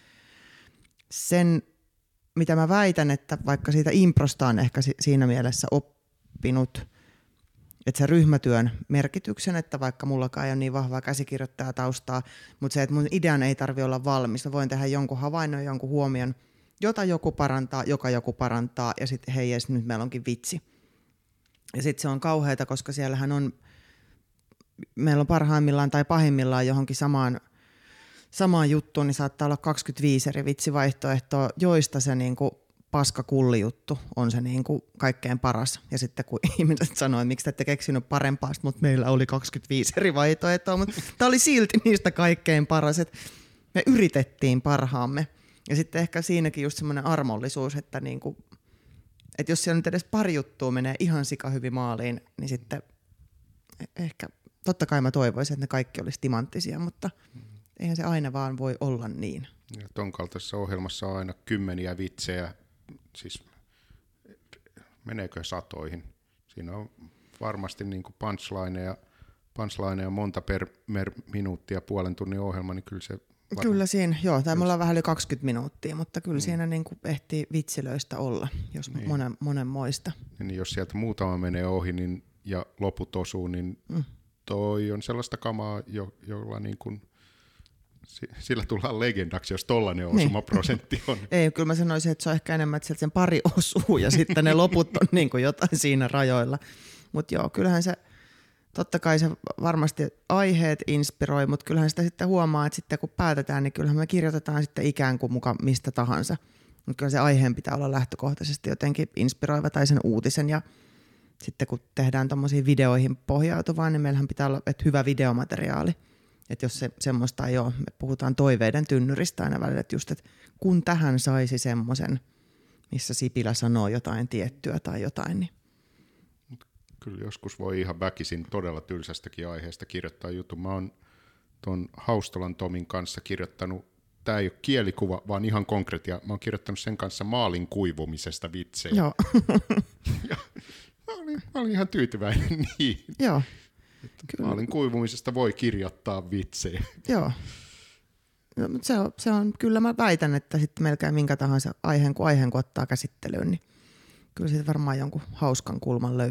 sen, mitä mä väitän, että vaikka siitä improsta on ehkä siinä mielessä oppinut, että se ryhmätyön merkityksen, että vaikka mullakaan ei ole niin vahvaa käsikirjoittajataustaa, mutta se, että mun idean ei tarvitse olla valmis. Mä voin tehdä jonkun havainnon, jonkun huomion, jota joku parantaa, joka joku parantaa, ja sitten hei, jes, nyt meillä onkin vitsi. Ja sitten se on kauheata, koska siellähän on, meillä on parhaimmillaan tai pahimmillaan johonkin samaan, samaan juttuun, niin saattaa olla kaksikymmentäviisi eri vitsivaihtoehtoa, joista se niinku paskakullijuttu on se niin kuin kaikkein paras. Ja sitten kun ihmiset sanoo, että miksi te ette keksinyt parempaa, mutta meillä oli kaksikymmentäviisi eri vaihtoehtoa, mutta tämä oli silti niistä kaikkein paras. Että me yritettiin parhaamme. Ja sitten ehkä siinäkin just semmoinen armollisuus, että, niin kuin, että jos siellä nyt edes pari juttua menee ihan sika hyvin maaliin, niin sitten ehkä, totta kai mä toivoisin, että ne kaikki olisi timanttisia, mutta eihän se aina vaan voi olla niin. Ja ton kaltaisessa ohjelmassa on aina kymmeniä vitsejä, siis meneekö satoihin? Siinä on varmasti niin kuin punchlineja, punchlineja monta per, per minuuttia puolen tunnin ohjelma, niin kyllä se varmaan. Kyllä siinä, joo, tai me ollaan vähän yli kaksikymmentä minuuttia, mutta kyllä mm. siinä niin kuin ehtii vitsilöistä olla, jos niin. monen, monen moista. Niin jos sieltä muutama menee ohi niin, ja loput osuu, niin mm. toi on sellaista kamaa, jo, jolla niin kuin sillä tullaan legendaksi, jos tollainen osumaprosentti niin. on. Ei, kyllä mä sanoisin, että se on ehkä enemmän, että sieltä sen pari osuu ja sitten ne loput on niin kuin jotain siinä rajoilla. Mutta joo, kyllähän se, totta kai se varmasti aiheet inspiroi, mutta kyllähän sitä sitten huomaa, että sitten kun päätetään, niin kyllähän me kirjoitetaan sitten ikään kuin mukaan mistä tahansa. Mutta kyllä se aiheen pitää olla lähtökohtaisesti jotenkin inspiroiva tai sen uutisen ja sitten kun tehdään tommosia videoihin pohjautuvaa, niin meillähän pitää olla että hyvä videomateriaali. Että jos se semmoista ei ole, me puhutaan toiveiden tynnyristä aina välillä, että just, että kun tähän saisi semmoisen, missä Sipilä sanoo jotain tiettyä tai jotain. Niin. Kyllä joskus voi ihan väkisin todella tylsästäkin aiheesta kirjoittaa jutun. Mä oon tuon Haustolan Tomin kanssa kirjoittanut, tää ei ole kielikuva, vaan ihan konkreettia. Mä oon kirjoittanut sen kanssa maalin kuivumisesta vitsejä. Joo. ja mä, olin, mä olin ihan tyytyväinen niin. Joo. Maalin kuivumisesta voi kirjoittaa vitsejä. Joo. No, mutta se on, se on, kyllä mä väitän, että sitten melkein minkä tahansa aiheen, kun aiheen kun ottaa käsittelyyn, niin kyllä siitä varmaan jonkun hauskan kulman löytää.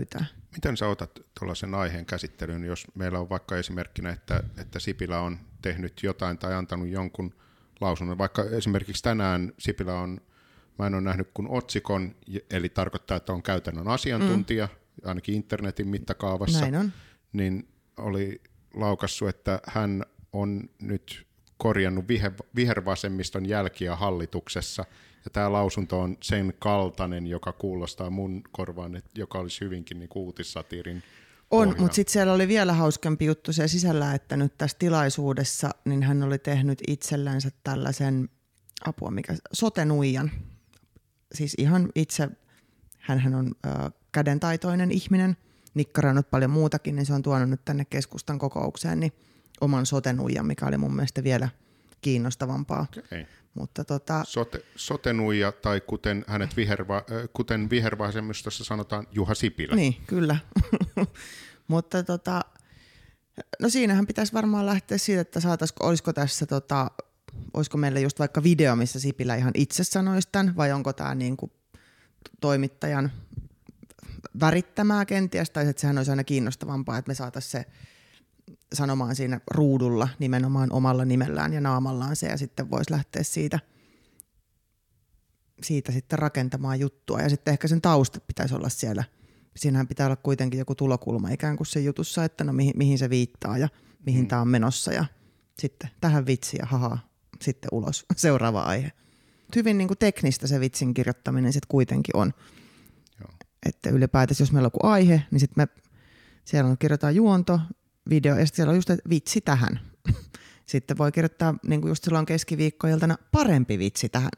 Miten sä otat tuollaisen aiheen käsittelyyn, jos meillä on vaikka esimerkkinä, että, että Sipilä on tehnyt jotain tai antanut jonkun lausunnon. Vaikka esimerkiksi tänään Sipilä on, mä en ole nähnyt kuin otsikon, eli tarkoittaa, että on käytännön asiantuntija, mm. ainakin internetin mittakaavassa. Näin on. Niin oli laukassut, että hän on nyt korjannut viher, vihervasemmiston jälkiä hallituksessa. Ja tämä lausunto on sen kaltainen, joka kuulostaa mun korvaan, että joka olisi hyvinkin niin uutissatiirin on, mutta sitten siellä oli vielä hauskempi juttu siellä sisällä, että nyt tässä tilaisuudessa niin hän oli tehnyt itsellänsä tällaisen apua, mikä sotenuijan. Siis ihan itse, hänhän on ö, kädentaitoinen ihminen, nikkarannut paljon muutakin, niin se on tuonut nyt tänne keskustan kokoukseen niin oman sotenuijan, mikä oli mun mielestä vielä kiinnostavampaa. Okay. Mutta tota, Sote, sotenuija tai kuten hänet viherva, äh, kuten vihervasemmistossa sanotaan Juha Sipilä. Niin, kyllä. Mutta tota, no siinähän pitäisi varmaan lähteä siitä, että saataisiko, olisiko tässä tota, olisiko meillä just vaikka video, missä Sipilä ihan itse sanoisi tämän, vai onko tämä niinku toimittajan värittämää kenties, tai että sehän olisi aina kiinnostavampaa, että me saataisiin se sanomaan siinä ruudulla nimenomaan omalla nimellään ja naamallaan se, ja sitten voisi lähteä siitä, siitä sitten rakentamaan juttua. Ja sitten ehkä sen tausta pitäisi olla siellä. Siinähän pitää olla kuitenkin joku tulokulma ikään kuin se jutussa, että no mihin, mihin se viittaa ja mihin mm. tämä on menossa. Ja sitten tähän vitsi ja haha, sitten ulos. Seuraava aihe. Hyvin niin kuin teknistä se vitsin kirjoittaminen sitten kuitenkin on. Joo. Että ylipäätänsä jos meillä on joku aihe, niin sitten me siellä on kirjoitetaan juonto, video, ja sitten siellä on just, että vitsi tähän. Sitten voi kirjoittaa niin kuin just silloin keskiviikkoiltana parempi vitsi tähän.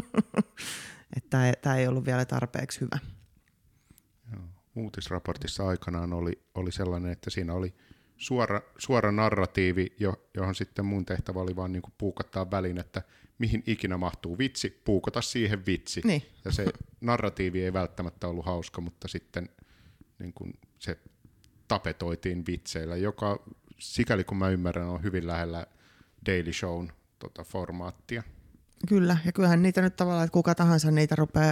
Että tämä ei ollut vielä tarpeeksi hyvä. Joo. Uutisraportissa aikanaan oli, oli sellainen, että siinä oli suora, suora narratiivi, johon sitten mun tehtävä oli vaan niin kuin puukottaa väliin, että mihin ikinä mahtuu vitsi, puukota siihen vitsi. Niin. Ja se narratiivi ei välttämättä ollut hauska, mutta sitten niin kuin se tapetoitiin vitseillä, joka sikäli kun mä ymmärrän on hyvin lähellä Daily Shown tota, formaattia. Kyllä, ja kyllähän niitä nyt tavallaan, että kuka tahansa niitä rupeaa,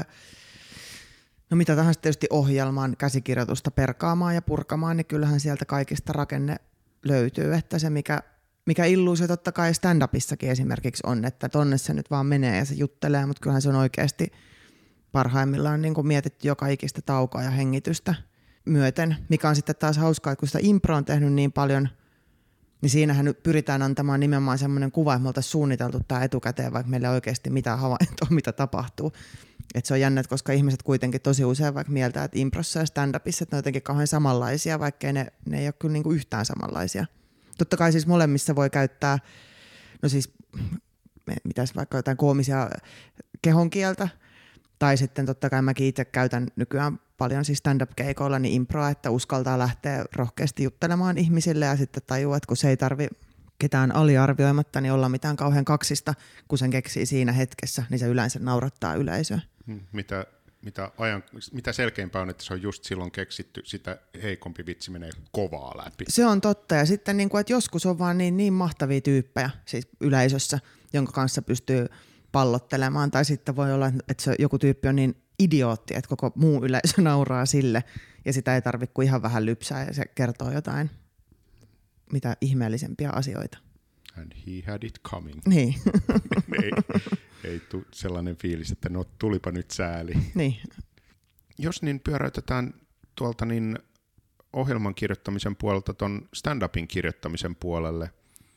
no mitä tahansa tietysti ohjelman käsikirjoitusta perkaamaan ja purkamaan, niin kyllähän sieltä kaikista rakenne löytyy, että se mikä, mikä illuusio totta kai stand-upissakin esimerkiksi on, että tonne se nyt vaan menee ja se juttelee, mutta kyllähän se on oikeasti parhaimmillaan niin kuin mietitty joka ikistä taukoa ja hengitystä myöten, mikä on sitten taas hauskaa, että kun sitä impro on tehnyt niin paljon, niin siinähän nyt pyritään antamaan nimenomaan semmoinen kuva, että me oltaisiin suunniteltu tämä etukäteen, vaikka meillä ei oikeasti mitään havaintoa, mitä tapahtuu. Että se on jännä, koska ihmiset kuitenkin tosi usein vaikka mieltää, että improssa ja stand-upissa, että ne on jotenkin kauhean samanlaisia, vaikkei ne, ne ei ole kyllä niinku yhtään samanlaisia. Totta kai siis molemmissa voi käyttää, no siis mitäs vaikka jotain koomisia kehonkieltä, tai sitten totta kai mäkin itse käytän nykyään paljon siis stand-up-keikoilla niin improa, että uskaltaa lähteä rohkeasti juttelemaan ihmisille ja sitten tajuu, että kun se ei tarvi ketään aliarvioimatta, niin olla mitään kauhean kaksista, kun sen keksii siinä hetkessä, niin se yleensä naurattaa yleisöä. Mitä, mitä, ajan, mitä selkeimpää on, että se on just silloin keksitty, sitä heikompi vitsi menee kovaa läpi. Se on totta, ja sitten niin kuin, että joskus on vaan niin, niin mahtavia tyyppejä siis yleisössä, jonka kanssa pystyy pallottelemaan, tai sitten voi olla, että se joku tyyppi on niin idiootti, että koko muu yleisö nauraa sille, ja sitä ei tarvitse kuin ihan vähän lypsää, ja se kertoo jotain mitä ihmeellisempiä asioita. And he had it coming. Niin. ei ei tule sellainen fiilis, että no tulipa nyt sääli. Niin. Jos niin pyöräytetään tuolta niin ohjelman kirjoittamisen puolelta ton stand-upin kirjoittamisen puolelle,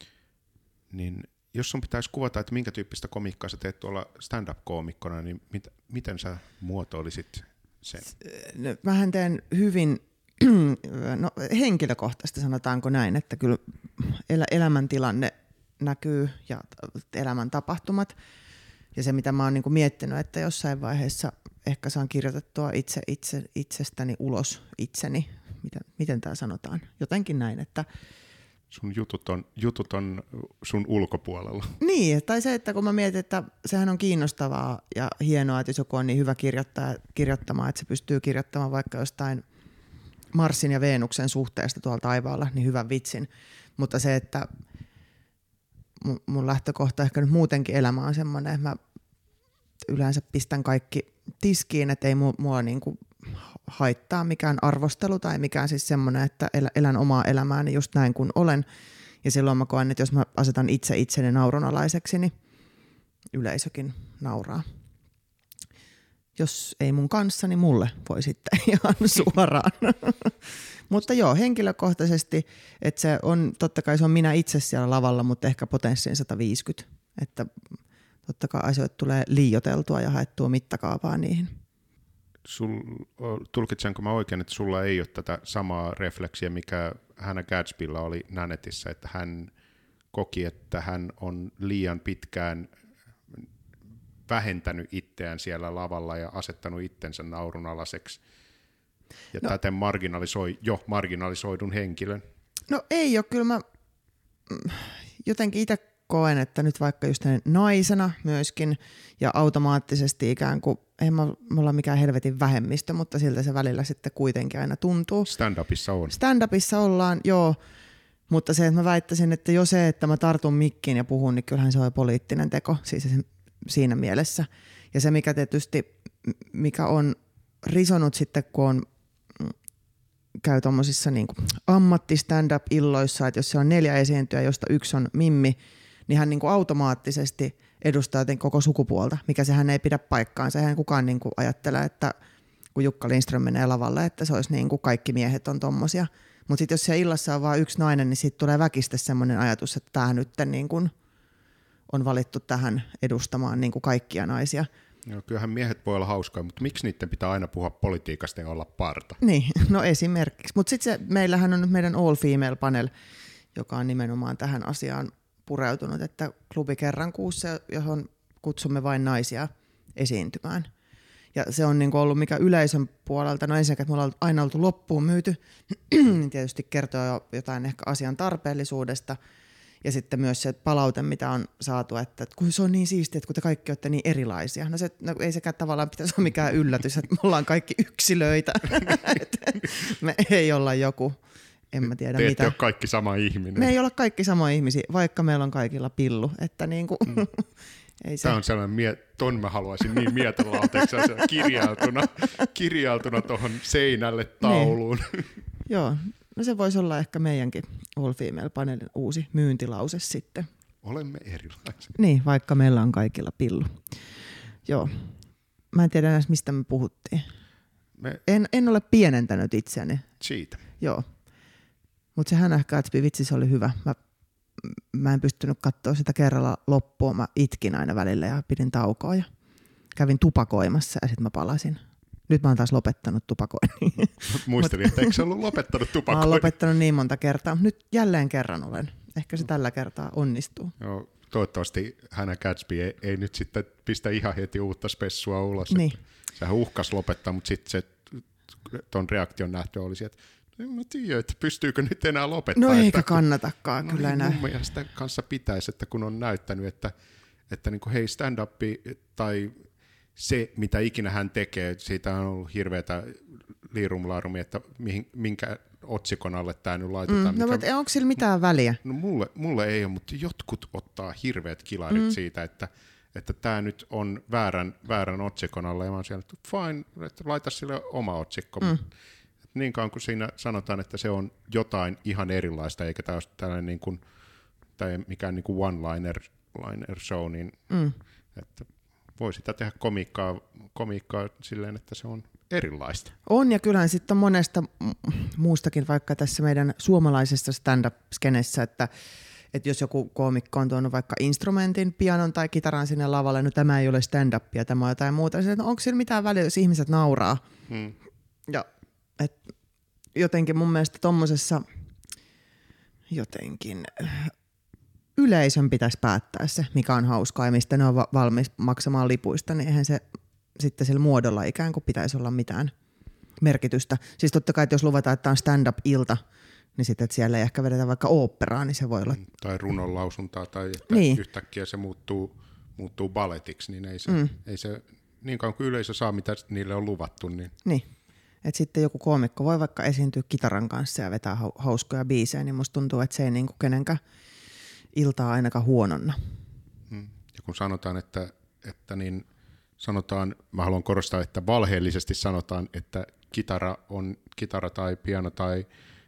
niin jos sun pitäisi kuvata, että minkä tyyppistä komiikkaa sä teet tuolla stand-up-koomikkona, niin mit, miten sä muotoilisit sen? No, mähän teen hyvin no, henkilökohtaisesti, sanotaanko näin, että kyllä el- elämäntilanne näkyy ja elämän tapahtumat. Ja se, mitä mä oon niinku miettinyt, että jossain vaiheessa ehkä saan kirjoitettua itse, itse, itsestäni ulos itseni. Miten, miten tämä sanotaan? Jotenkin näin, että sun jutut on, jutut on sun ulkopuolella. Niin, tai se, että kun mä mietin, että sehän on kiinnostavaa ja hienoa, että jos joku on niin hyvä kirjoittaa, kirjoittamaan, että se pystyy kirjoittamaan vaikka jostain Marsin ja Veenuksen suhteesta tuolla taivaalla, niin hyvän vitsin. Mutta se, että mun lähtökohta ehkä nyt muutenkin elämä on semmoinen, että mä yleensä pistän kaikki tiskiin, että ei mua niinku haittaa mikään arvostelu tai mikään siis semmoinen, että elän omaa elämääni just näin kuin olen. Ja silloin mä koen, että jos mä asetan itse itseni naurunalaiseksi, niin yleisökin nauraa. Jos ei mun kanssa, niin mulle voi sitten ihan suoraan. Mutta joo, henkilökohtaisesti, että se on, totta kai se on minä itse siellä lavalla, mutta ehkä potenssiin sata viisikymmentä. Että totta kai asioita tulee liioiteltua ja haettua mittakaavaa niihin. Sul, tulkitsenko mä oikein, että sulla ei ole tätä samaa refleksiä, mikä Hannah Gadsbylla oli Nanetissä, että hän koki, että hän on liian pitkään vähentänyt itseään siellä lavalla ja asettanut itsensä naurunalaiseksi ja no, täten marginalisoi jo marginalisoidun henkilön? No ei ole, kyllä mä jotenkin itse koen, että nyt vaikka just naisena myöskin ja automaattisesti ikään kuin, ei me olla mikään helvetin vähemmistö, mutta siltä se välillä sitten kuitenkin aina tuntuu. Stand-upissa on. Stand-upissa ollaan, joo, mutta se, että mä väittäisin, että jo se, että mä tartun mikkiin ja puhun, niin kyllähän se on poliittinen teko siis siinä mielessä. Ja se, mikä tietysti, mikä on risonut sitten, kun on käy tommosissa niin kuin ammatti-stand-up-illoissa, että jos se on neljä esiintyjää, josta yksi on Mimmi, niin hän niin kuin automaattisesti edustaa koko sukupuolta, mikä sehän ei pidä paikkaansa. Eihän kukaan niin kuin ajattele, että kun Jukka Lindström menee lavalle, että se olisi niin kuin kaikki miehet on tommosia. Mutta sitten jos siellä illassa on vain yksi nainen, niin siitä tulee väkistä semmoinen ajatus, että tämä nyt niin kuin on valittu tähän edustamaan niin kuin kaikkia naisia. Joo, kyllähän miehet voi olla hauskaa, mutta miksi niiden pitää aina puhua politiikasta ja olla parta? Niin, no esimerkiksi. Mutta sitten meillähän on nyt meidän all female panel, joka on nimenomaan tähän asiaan pureutunut, että klubi kerran kuussa, johon kutsumme vain naisia esiintymään. Ja se on niin kuin ollut mikä yleisön puolelta, no ensinnäkin, että me ollaan aina oltu loppuun myyty, niin tietysti kertoo jo jotain ehkä asian tarpeellisuudesta. Ja sitten myös se palaute, mitä on saatu, että kun se on niin siistiä, että kun te kaikki olette niin erilaisia. No, se, no ei sekään tavallaan pitäisi olla mikään yllätys, että me ollaan kaikki yksilöitä. Me ei olla joku, en mä tiedä Te mitä. Te ette ole kaikki sama ihminen. Me ei olla kaikki sama ihmisiä, vaikka meillä on kaikilla pillu. Että niin kuin, mm. ei se. Tämä on sellainen, mie- ton mä haluaisin niin mietelauteeksi kirjautuna, kirjautuna tuohon seinälle tauluun. Niin. Joo. No se voisi olla ehkä meidänkin All Female Panelin uusi myyntilause sitten. Olemme erilaisia. Niin, vaikka meillä on kaikilla pillu. Joo. Mä en tiedä edes, mistä me puhuttiin. Me... En, en ole pienentänyt itseäni. Siitä. Joo. Mutta se Hannah Gadsby, vitsi, se oli hyvä. Mä, mä en pystynyt katsoa sitä kerralla loppuun. Mä itkin aina välillä ja pidin taukoa ja kävin tupakoimassa ja sitten mä palasin. Nyt mä oon taas lopettanut tupakoinnin. Muistelin, että eikö sä ollut lopettanut tupakoinnin? Mä oon lopettanut niin monta kertaa. Nyt jälleen kerran olen. Ehkä se tällä kertaa onnistuu. Joo, toivottavasti Hannah Gadsby ei, ei nyt sitten pistä ihan heti uutta spessua ulos. Niin. Sehän uhkas lopettaa, mutta sitten se ton reaktion nähtö olisi, että en mä tiedä, että pystyykö nyt enää lopettaa. No eikä että, kannatakaan no kyllä niin, enää. Mun mielestä kanssa pitäisi, että kun on näyttänyt, että, että niin kuin hei stand-up tai se, mitä ikinä hän tekee, siitä on ollut hirveätä liirumlaarumia, että mihin, minkä otsikon alle tämä nyt laitetaan. Mm, no mikä... onko sillä mitään väliä? No mulle, mulle ei ole, mutta jotkut ottaa hirveät kilarit mm. siitä, että että tämä nyt on väärän, väärän otsikon alle, ja mä oon siellä, että fine, että laita sille oma otsikko. Mm. Niin kauan kuin siinä sanotaan, että se on jotain ihan erilaista, eikä tämä ole tällainen niin kuin, tai mikään niin kuin one-liner liner show, niin mm. että voi sitä tehdä komiikkaa, komiikkaa silleen, että se on erilaista. On, ja kyllähän sitten on monesta muustakin, vaikka tässä meidän suomalaisessa stand-up-skenessä, että, että jos joku koomikko on tuonut vaikka instrumentin, pianon tai kitaran sinne lavalle, no tämä ei ole stand-upia, tämä on jotain muuta. Sitten, no, onko sillä mitään väliä, jos ihmiset nauraa? Hmm. Ja et, jotenkin mun mielestä tommosessa jotenkin yleisön pitäisi päättää se, mikä on hauskaa ja mistä ne on va- valmis maksamaan lipuista, niin eihän se sitten sillä muodolla ikään kuin pitäisi olla mitään merkitystä. Siis totta kai, että jos luvataan, että on stand-up-ilta, niin sitten, että siellä ei ehkä vedetä vaikka oopperaa, niin se voi olla... Tai runon lausuntaa, tai että niin. Yhtäkkiä se muuttuu, muuttuu balletiksi, niin ei se, mm. ei se, niin kauan kuin yleisö saa, mitä niille on luvattu. Niin, niin. Että sitten joku koomikko voi vaikka esiintyä kitaran kanssa ja vetää hauskoja biisejä, niin musta tuntuu, että se ei niinku kenenkään iltaa ainakaan huononna. Mm. Ja kun sanotaan, että, että niin sanotaan, mä haluan korostaa, että valheellisesti sanotaan, että kitara on kitara tai piano tai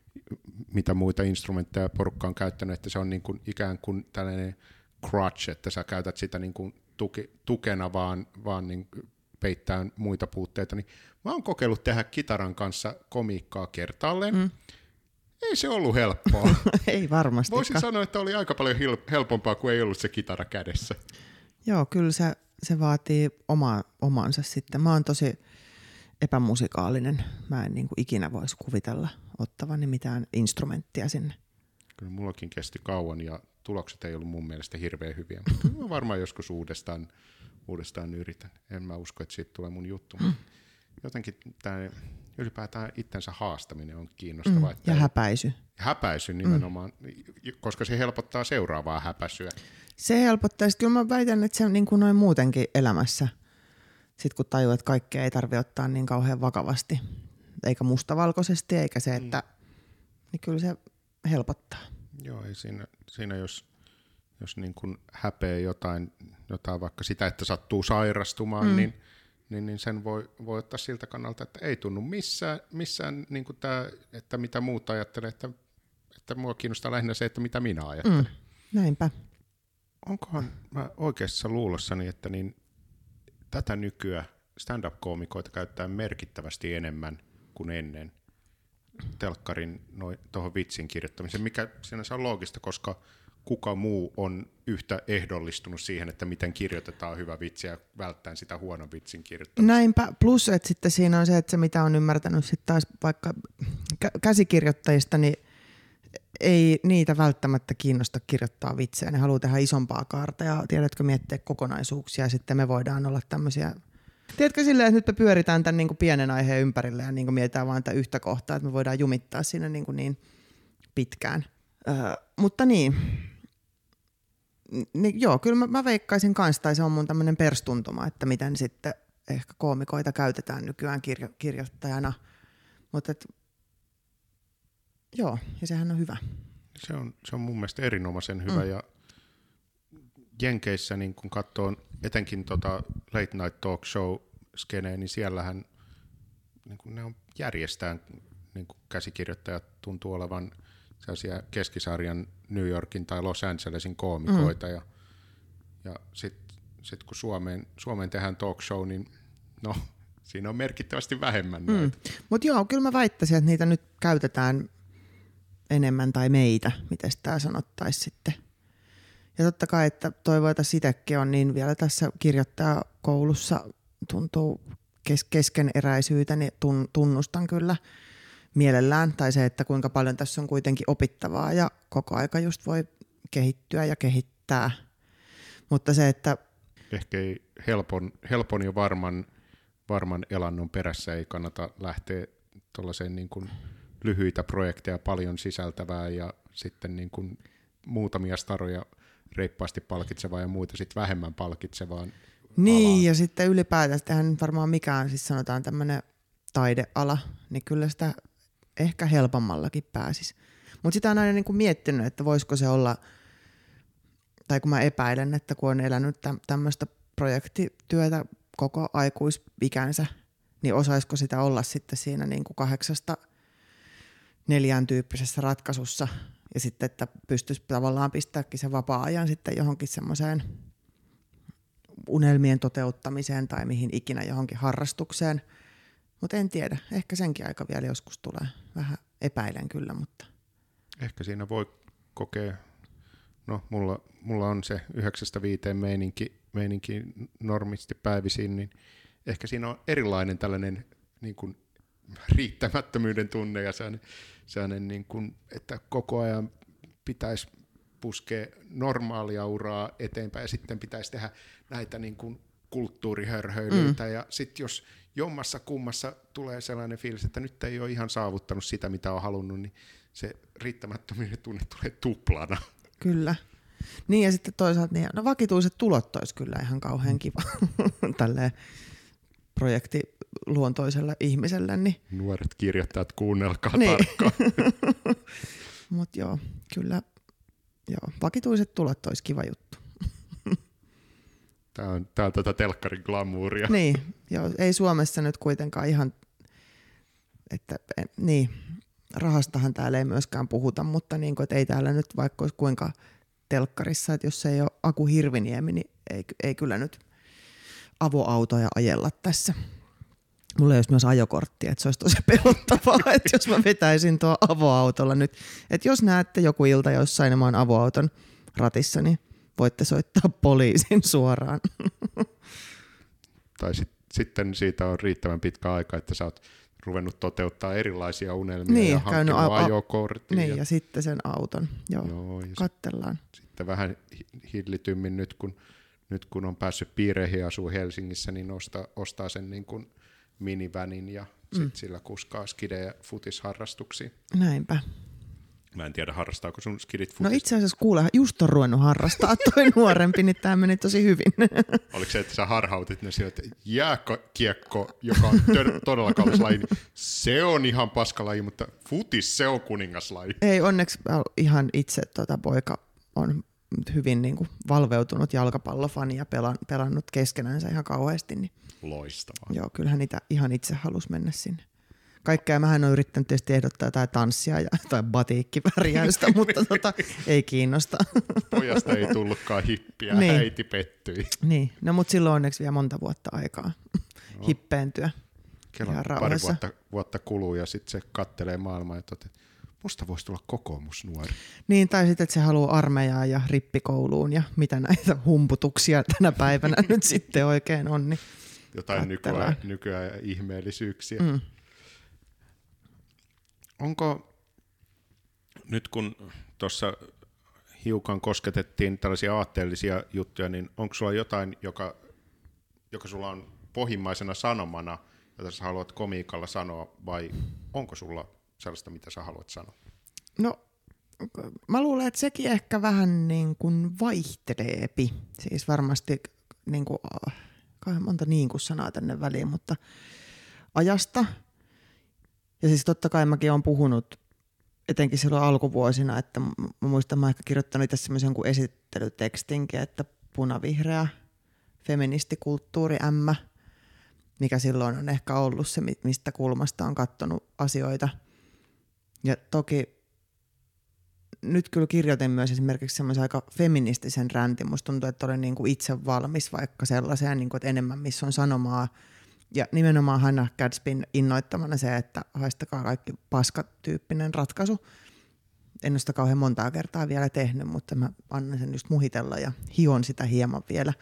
mitä muita instrumentteja porukka on käyttänyt, että se on niin kuin ikään kuin tällainen crutch, että sä käytät sitä niin kuin tuke, tukena vaan, vaan niin peittämään muita puutteita. Niin mä oon kokeillut tehdä kitaran kanssa komiikkaa kertaalleen. Mm. Ei se ollut helppoa. Ei varmasti. Voisin sanoa, että oli aika paljon helpompaa, kuin ei ollut se kitara kädessä. Joo, kyllä se, se vaatii oma, omansa sitten. Mä oon tosi epämusikaalinen. Mä en niin kuin ikinä voisi kuvitella ottavani mitään instrumenttia sinne. Kyllä mullakin kesti kauan ja tulokset ei ollut mun mielestä hirveän hyviä. Mutta mä varmaan joskus uudestaan, uudestaan yritän. En mä usko, että siitä tulee mun juttu. Mm. Jotenkin tämä ylipäätään itsensä haastaminen on kiinnostavaa. Mm, ja häpäisy. Häpäisy nimenomaan, mm. koska se helpottaa seuraavaa häpäisyä. Se helpottaa. Sitten kyllä mä väitän, että se on niin kuin noin muutenkin elämässä. Sitten kun tajuu, että kaikkea ei tarvitse ottaa niin kauhean vakavasti, eikä mustavalkoisesti, eikä se, että mm. niin kyllä se helpottaa. Joo, ei siinä, siinä jos, jos niin kuin häpeää jotain, jotain, vaikka sitä, että sattuu sairastumaan, mm. niin, niin, niin sen voi, voi ottaa siltä kannalta, että ei tunnu missään, missään niin kuin tämä, että mitä muut ajattelee, että, että mua kiinnostaa lähinnä se, että mitä minä ajattelen. Mm. Näinpä. Onkohan mä oikeassa luulossani, että niin tätä nykyään stand-up-koomikoita käyttää merkittävästi enemmän kuin ennen telkkarin tuohon vitsin kirjoittamiseen, mikä sinänsä on loogista, koska kuka muu on yhtä ehdollistunut siihen, että miten kirjoitetaan hyvä vitsi ja välttäen sitä huonon vitsin kirjoittamista. Näinpä, plus että sitten siinä on se, että se mitä on ymmärtänyt sitten taas vaikka käsikirjoittajista, niin ei niitä välttämättä kiinnosta kirjoittaa vitsejä. Ne haluaa tehdä isompaa kaarta ja tiedätkö miettiä kokonaisuuksia ja sitten me voidaan olla tämmöisiä. Tiedätkö silleen, että nyt me pyöritään tämän niin kuin pienen aiheen ympärille ja niin kuin mietitään vaan tätä yhtä kohtaa, että me voidaan jumittaa siinä niin, kuin niin pitkään. Öö, mutta niin, niin, joo, kyllä mä, mä veikkaisin kanssa, tai se on mun tämmöinen perstuntuma, että miten sitten ehkä koomikoita käytetään nykyään kirjo, kirjoittajana. Mutta et, joo, ja sehän on hyvä. Se on, se on mun mielestä erinomaisen hyvä, mm. ja Jenkeissä, niin kun katsoo etenkin tota late night talk show skeneen, niin siellähän niin kun ne on järjestään, niin kun käsikirjoittajat tuntuu olevan sellaisia keskisarjan New Yorkin tai Los Angelesin koomikoita, mm. ja, ja sitten sit kun Suomeen, Suomeen tehdään talk show, niin no, siinä on merkittävästi vähemmän mm. näitä. Mutta joo, kyllä mä väittäisin, että niitä nyt käytetään enemmän tai meitä, miten tämä sanottaisiin sitten. Ja totta kai, että toivoita sitäkin on, niin vielä tässä kirjoittajakoulussa tuntuu kes- keskeneräisyyttä, niin tun- tunnustan kyllä mielellään. Tai se, että kuinka paljon tässä on kuitenkin opittavaa ja koko aika just voi kehittyä ja kehittää. Mutta se, että ehkä ei helpon, helpon ja varman, varman elannon perässä ei kannata lähteä tuollaiseen niin kuin lyhyitä projekteja, paljon sisältävää ja sitten niin kuin muutamia staroja reippaasti palkitsevaa ja muita sitten vähemmän palkitsevaan niin, alaan. Ja sitten ylipäätään, tähän varmaan mikään siis sanotaan tämmöinen taideala, niin kyllä sitä ehkä helpommallakin pääsisi. Mutta sitä on aina niin kuin miettinyt, että voisiko se olla, tai kun mä epäilen, että kun on elänyt tämmöistä projektityötä koko aikuisikänsä, niin osaisiko sitä olla sitten siinä niin kuin kahdeksasta neljään tyyppisessä ratkaisussa ja sitten, että pystyisi tavallaan pistääkin sen vapaa-ajan sitten johonkin semmoiseen unelmien toteuttamiseen tai mihin ikinä johonkin harrastukseen. Mutta en tiedä, ehkä senkin aika vielä joskus tulee. Vähän epäilen kyllä, mutta ehkä siinä voi kokea, no mulla, mulla on se yhdeksästä viiteen meininki, meininki normisti päivisin, niin ehkä siinä on erilainen tällainen niin kuin riittämättömyyden tunne ja sellainen, sellainen niin kuin, että koko ajan pitäisi puskea normaalia uraa eteenpäin ja sitten pitäisi tehdä näitä niin kuin kulttuurihörhöilyitä mm. ja sitten jos jommassa kummassa tulee sellainen fiilis, että nyt ei ole ihan saavuttanut sitä, mitä on halunnut, niin se riittämättömyyden tunne tulee tuplana. Kyllä. Niin ja sitten toisaalta niin, no vakituiset tulot olisi kyllä ihan kauhean kiva tälleen projektiluontoiselle ihmiselle. Niin. Nuoret kirjoittajat, kuunnelkaa niin. tarkkaan. Mutta joo, kyllä joo, vakituiset tulot olisi kiva juttu. Tämä on, tämä on tätä telkkarin glamouria. Niin, joo, ei Suomessa nyt kuitenkaan ihan, että niin, rahastahan täällä ei myöskään puhuta, mutta niin kuin, että ei täällä nyt vaikka olisi kuinka telkkarissa, että jos ei ole Aku Hirviniemi, niin ei, ei kyllä nyt avoautoja ajella tässä. Mulla ei olisi myös ajokortti, että se olisi tosi pelottavaa, että jos mä vetäisin tuo avoautolla nyt. Että jos näette joku ilta jossain ja mä oon avoauton ratissa, niin voitte soittaa poliisin suoraan. Tai sit, sitten siitä on riittävän pitkä aika, että sä oot ruvennut toteuttaa erilaisia unelmia niin, ja hankkinut a- ajokortin. Niin, ja, ja sitten sen auton. Joo, joo, katsellaan. Sitten vähän hillitymmin nyt, kun, nyt kun on päässyt piireihin ja asuu Helsingissä, niin ostaa, ostaa sen niin kuin minivänin ja mm. sitten sillä kuskaa skide- ja futisharrastuksiin. Näinpä. Mä en tiedä, harrastaako sun skidit futis. No itse asiassa kuule, just on ruvennut harrastaa toi nuorempi, niin tää meni tosi hyvin. Oliko se, että sä harhautit ne sieltä, että jääkiekko, joka on todella kallis laji, niin se on ihan paskalaji, mutta futis, se on kuningaslaji. Ei, onneksi ihan itse tota, poika on hyvin niin kuin valveutunut jalkapallofani ja pelan, pelannut keskenänsä ihan kauheasti. Niin loistavaa. Joo, kyllähän niitä ihan itse halusi mennä sinne. Kaikkea mähän on yrittänyt tietysti ehdottaa jotain tanssia ja, tai batiikkivärjäystä, mutta tota, ei kiinnosta. Pojasta ei tullutkaan hippiä, niin. Äiti pettyi. Niin, no mutta silloin onneksi vielä monta vuotta aikaa no. hippeentyä. Kello pari vuotta, vuotta kuluu ja sitten se kattelee maailmaa ja toteaa, musta voisi tulla kokoomusnuori. Niin, tai sitten, että se haluaa armeijaa ja rippikouluun ja mitä näitä humputuksia tänä päivänä nyt sitten oikein on. Niin jotain nykyään, nykyään ihmeellisyyksiä. Mm. Onko nyt kun tuossa hiukan kosketettiin tällaisia aatteellisia juttuja, niin onko sulla jotain, joka, joka sulla on pohjimmaisena sanomana, jota sä haluat komiikalla sanoa, vai onko sulla sellaista, mitä sä haluat sanoa? No, mä luulen, että sekin ehkä vähän niin kuin vaihteleepi. Siis varmasti, niin kuin, kauhean monta niin kuin sanaa tänne väliin, mutta ajasta. Ja siis totta kai mäkin olen puhunut etenkin silloin alkuvuosina, että mä muistan, mä ehkä kirjoittanut itse semmoisen kuin esittelytekstinkin, että punavihreä feministikulttuuri ämmä, mikä silloin on ehkä ollut se, mistä kulmasta on katsonut asioita. Ja toki nyt kyllä kirjoitin myös esimerkiksi semmoisen aika feministisen räntin. Musta tuntuu, että olen niin kuin itse valmis vaikka sellaiseen, niin kuin, että enemmän missä on sanomaa. Ja nimenomaan Hannah Gadsbyn innoittamana se, että haistakaa kaikki paskat-tyyppinen ratkaisu. En ole sitä kauhean montaa kertaa vielä tehnyt, mutta mä annan sen just muhitella ja hion sitä hieman vielä.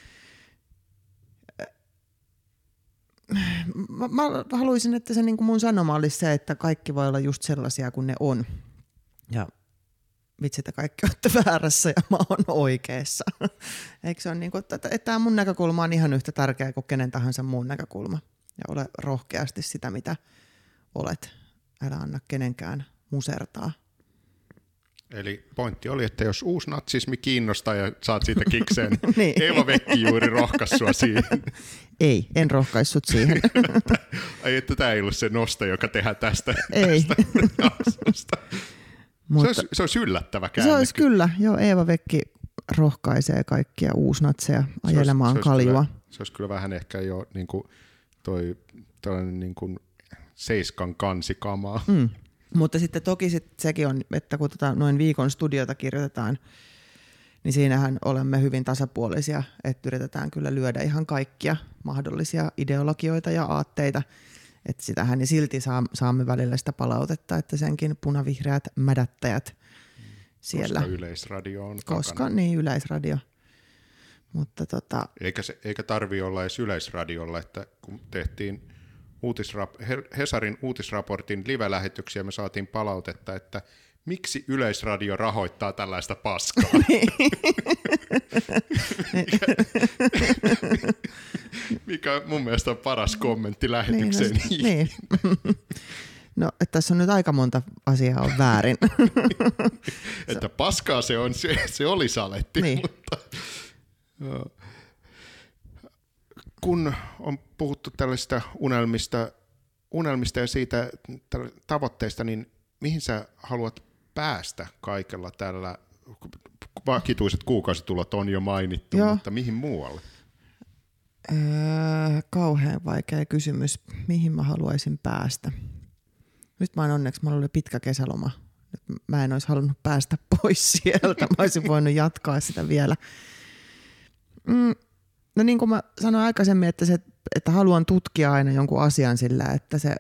Mä, mä haluaisin, että se niin kuin mun sanoma olisi se, että kaikki voi olla just sellaisia kuin ne on. Ja vitsi, että kaikki olette väärässä ja mä oon oikeassa. Eikö se ole niin kuin, että, että tämä mun näkökulma on ihan yhtä tärkeä kuin kenen tahansa muun näkökulma. Ja ole rohkeasti sitä, mitä olet. Älä anna kenenkään musertaa. Eli pointti oli, että jos uusi natsismi kiinnostaa ja saat siitä kikseen, niin. Eeva Vekki juuri rohkaisi sua siihen. Ei, en rohkaissut siihen. Ai, että tämä ei ollut se nosto, joka tehdään tästä. Ei. Tästä Mutta, se, olisi, se olisi yllättävä käänne. Se olisi kyllä, joo, Eeva Vekki rohkaisee kaikkia uusnatseja ajelemaan se olisi, kaljua. Se olisi, kyllä, se olisi kyllä vähän ehkä jo niin kuin toi tällainen niin kuin seiskan kansikamaa. Mm. Mutta sitten toki sit sekin on, että kun tota noin viikon studiota kirjoitetaan, niin siinähän olemme hyvin tasapuolisia, että yritetään kyllä lyödä ihan kaikkia mahdollisia ideologioita ja aatteita. Että sitähän niin silti saa, saamme välillä sitä palautetta, että senkin punavihreät mädättäjät siellä. Koska Yleisradio on Koska takana. Niin, Yleisradio. Mutta tota... Eikä, se, eikä tarvitse olla edes Yleisradiolla, että kun tehtiin uutisrap- Hesarin uutisraportin live-lähetyksiä, me saatiin palautetta, että miksi Yleisradio rahoittaa tällaista paskaa? mikä, mikä mun mielestä on paras kommentti lähetykseen. Niin, no, niin. No, että tässä on nyt aika monta asiaa on väärin. Että paskaa se on, se, se oli saletti. Niin. Mutta, kun on puhuttu tällaista unelmista, unelmista ja siitä tavoitteista, niin mihin sä haluat päästä kaikella tällä? Vakituiset kuukausitulot on jo mainittu, Joo. mutta mihin muualle? Öö, kauhean vaikea kysymys. Mihin mä haluaisin päästä? Nyt mä oon onneksi, mulla oli pitkä kesäloma. Nyt mä en olisi halunnut päästä pois sieltä. Mä olisin voinut jatkaa sitä vielä. Mm, no niin kuin mä sanoin aikaisemmin, että, se, että haluan tutkia aina jonkun asian sillä, että se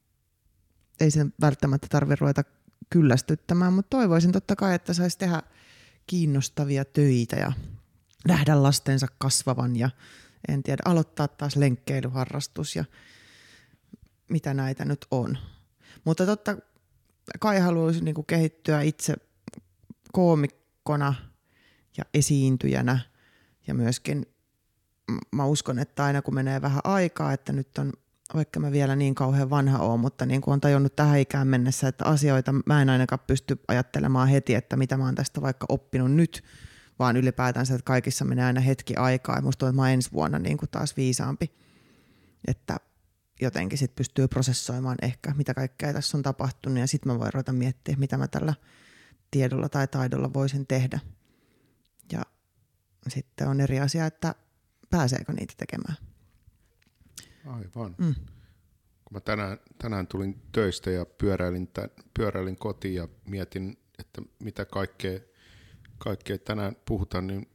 ei sen välttämättä tarvitse ruveta kyllästyttämään, mutta toivoisin totta kai, että saisi tehdä kiinnostavia töitä ja nähdä lastensa kasvavan ja en tiedä, aloittaa taas lenkkeilyharrastus ja mitä näitä nyt on. Mutta totta kai haluaisin niin kuin kehittyä itse koomikkona ja esiintyjänä ja myöskin mä uskon, että aina kun menee vähän aikaa, että nyt on, vaikka mä vielä niin kauhean vanha oon, mutta niin kuin on tajunnut tähän ikään mennessä, että asioita mä en ainakaan pysty ajattelemaan heti, että mitä mä oon tästä vaikka oppinut nyt, vaan ylipäätänsä, että kaikissa menee aina hetki aikaa ja musta tuntuu, että mä oon ensi vuonna niin kuin taas viisaampi, että jotenkin sit pystyy prosessoimaan ehkä, mitä kaikkea tässä on tapahtunut ja sitten mä voin ruveta miettiä, mitä mä tällä tiedolla tai taidolla voisin tehdä. Ja sitten on eri asia, että pääseekö niitä tekemään. Aivan. Mm. Kun mä tänään, tänään tulin töistä ja pyöräilin, tämän, pyöräilin kotiin ja mietin, että mitä kaikkea, kaikkea tänään puhutaan, niin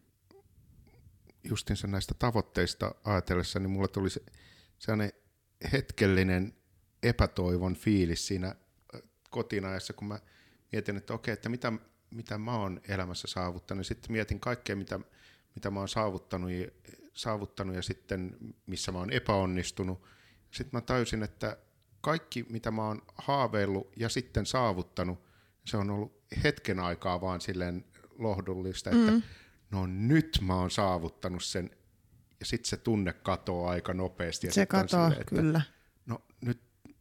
justinsa näistä tavoitteista ajatellessa, niin mulla tuli se, sellainen hetkellinen epätoivon fiilis siinä kotinajassa, kun mä mietin, että okei, että mitä, mitä mä oon elämässä saavuttanut. Sitten mietin kaikkea, mitä, mitä mä oon saavuttanut ja, saavuttanut ja sitten missä mä oon epäonnistunut. Sitten mä tajusin, että kaikki, mitä mä oon haaveillut ja sitten saavuttanut, se on ollut hetken aikaa vaan silleen lohdullista, että mm. no nyt mä oon saavuttanut sen. Ja sitten se tunne katoaa aika nopeasti. Ja se katoaa, silleen, että, kyllä. No nyt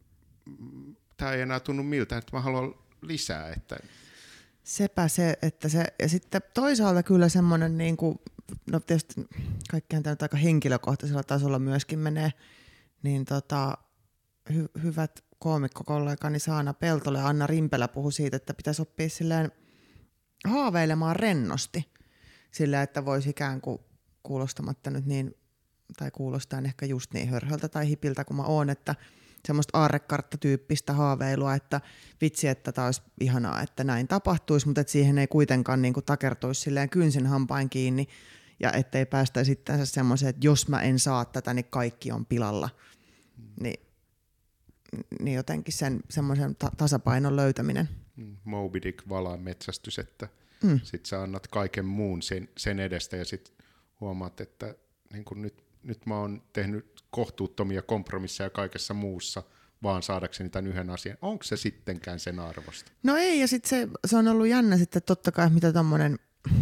tämä ei enää tunnu miltä, että mä haluan lisää. Että... Sepä se, että se, ja sitten toisaalta kyllä semmoinen, niin kuin, no tietysti kaikkihan tämä aika henkilökohtaisella tasolla myöskin menee, niin tota, hy- hyvät koomikkokollegani Saana Peltola ja Anna Rimpelä puhui siitä, että pitäisi oppia silleen haaveilemaan rennosti, sillä että voisi ikään kuin kuulostamatta nyt niin, tai kuulostaa ehkä just niin hörhöltä tai hipiltä kuin mä oon, että semmoista aarrekarttatyyppistä haaveilua, että vitsi, että tämä olisi ihanaa, että näin tapahtuisi, mutta että siihen ei kuitenkaan niin kuin takertuisi silleen kynsin hampain kiinni ja ettei päästä sitten semmoiseen, että jos mä en saa tätä, niin kaikki on pilalla. Niin, niin jotenkin sen semmoisen ta- tasapainon löytäminen. Moby Dick valaa metsästys, että mm. sit sä annat kaiken muun sen, sen edestä ja sit huomaat, että niin kun nyt, nyt mä oon tehnyt kohtuuttomia kompromisseja kaikessa muussa, vaan saadakseni tämän yhden asian. Onko se sittenkään sen arvosta? No ei, ja sitten se, se on ollut jännä sitten totta kai, mitä tommonen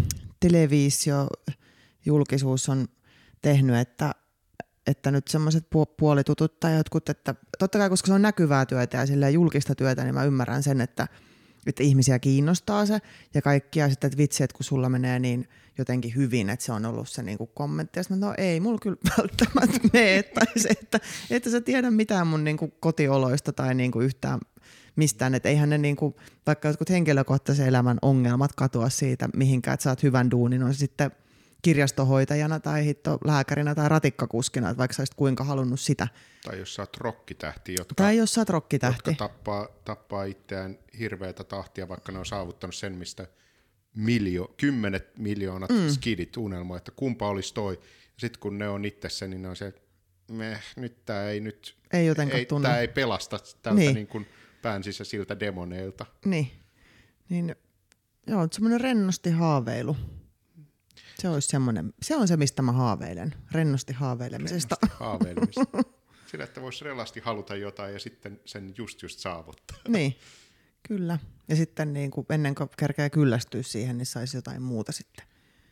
televisiojulkisuus on tehnyt, että, että nyt semmoiset puolitutut tai jotkut, että totta kai koska se on näkyvää työtä ja silleen julkista työtä, niin mä ymmärrän sen, että, että ihmisiä kiinnostaa se ja kaikkia sitten, että vitsi, että kun sulla menee niin jotenkin hyvin, että se on ollut se niinku kommentti. Ja sitten no ei, mulla kyllä välttämättä mene, tai se, että että sä tiedä mitään mun niinku kotioloista tai niinku yhtään mistään, että eihän ne niinku, vaikka jotkut henkilökohtaisen elämän ongelmat katoa siitä mihinkään, että sä oot hyvän duunin, on sitten kirjastohoitajana tai hitto lääkärinä tai ratikkakuskina, että vaikka sä olisit kuinka halunnut sitä. Tai jos sä oot rokkitähti, jotka, tai jos sä oot rokkitähti. jotka tappaa, tappaa itseään hirveätä tahtia, vaikka ne on saavuttanut sen, mistä miljo, kymmenet miljoonat mm. skidit unelmoi, että kumpa olisi toi. Sitten kun ne on itsessä, niin ne on se, että meh, nyt tää ei nyt, ei, ei, tää ei pelasta tältä niin. Niin kuin pään sisäisiltä demoneilta. Niin, niin joo, semmoinen rennosti haaveilu. Se olisi semmoinen, se on se, mistä mä haaveilen, rennosti haaveilemisesta. Rennosti haaveilemista. Sillä, että voisi relasti haluta jotain ja sitten sen just just saavuttaa. Niin, kyllä. Ja sitten niin kuin ennen kuin kerkeä kyllästyä siihen, niin saisi jotain muuta sitten.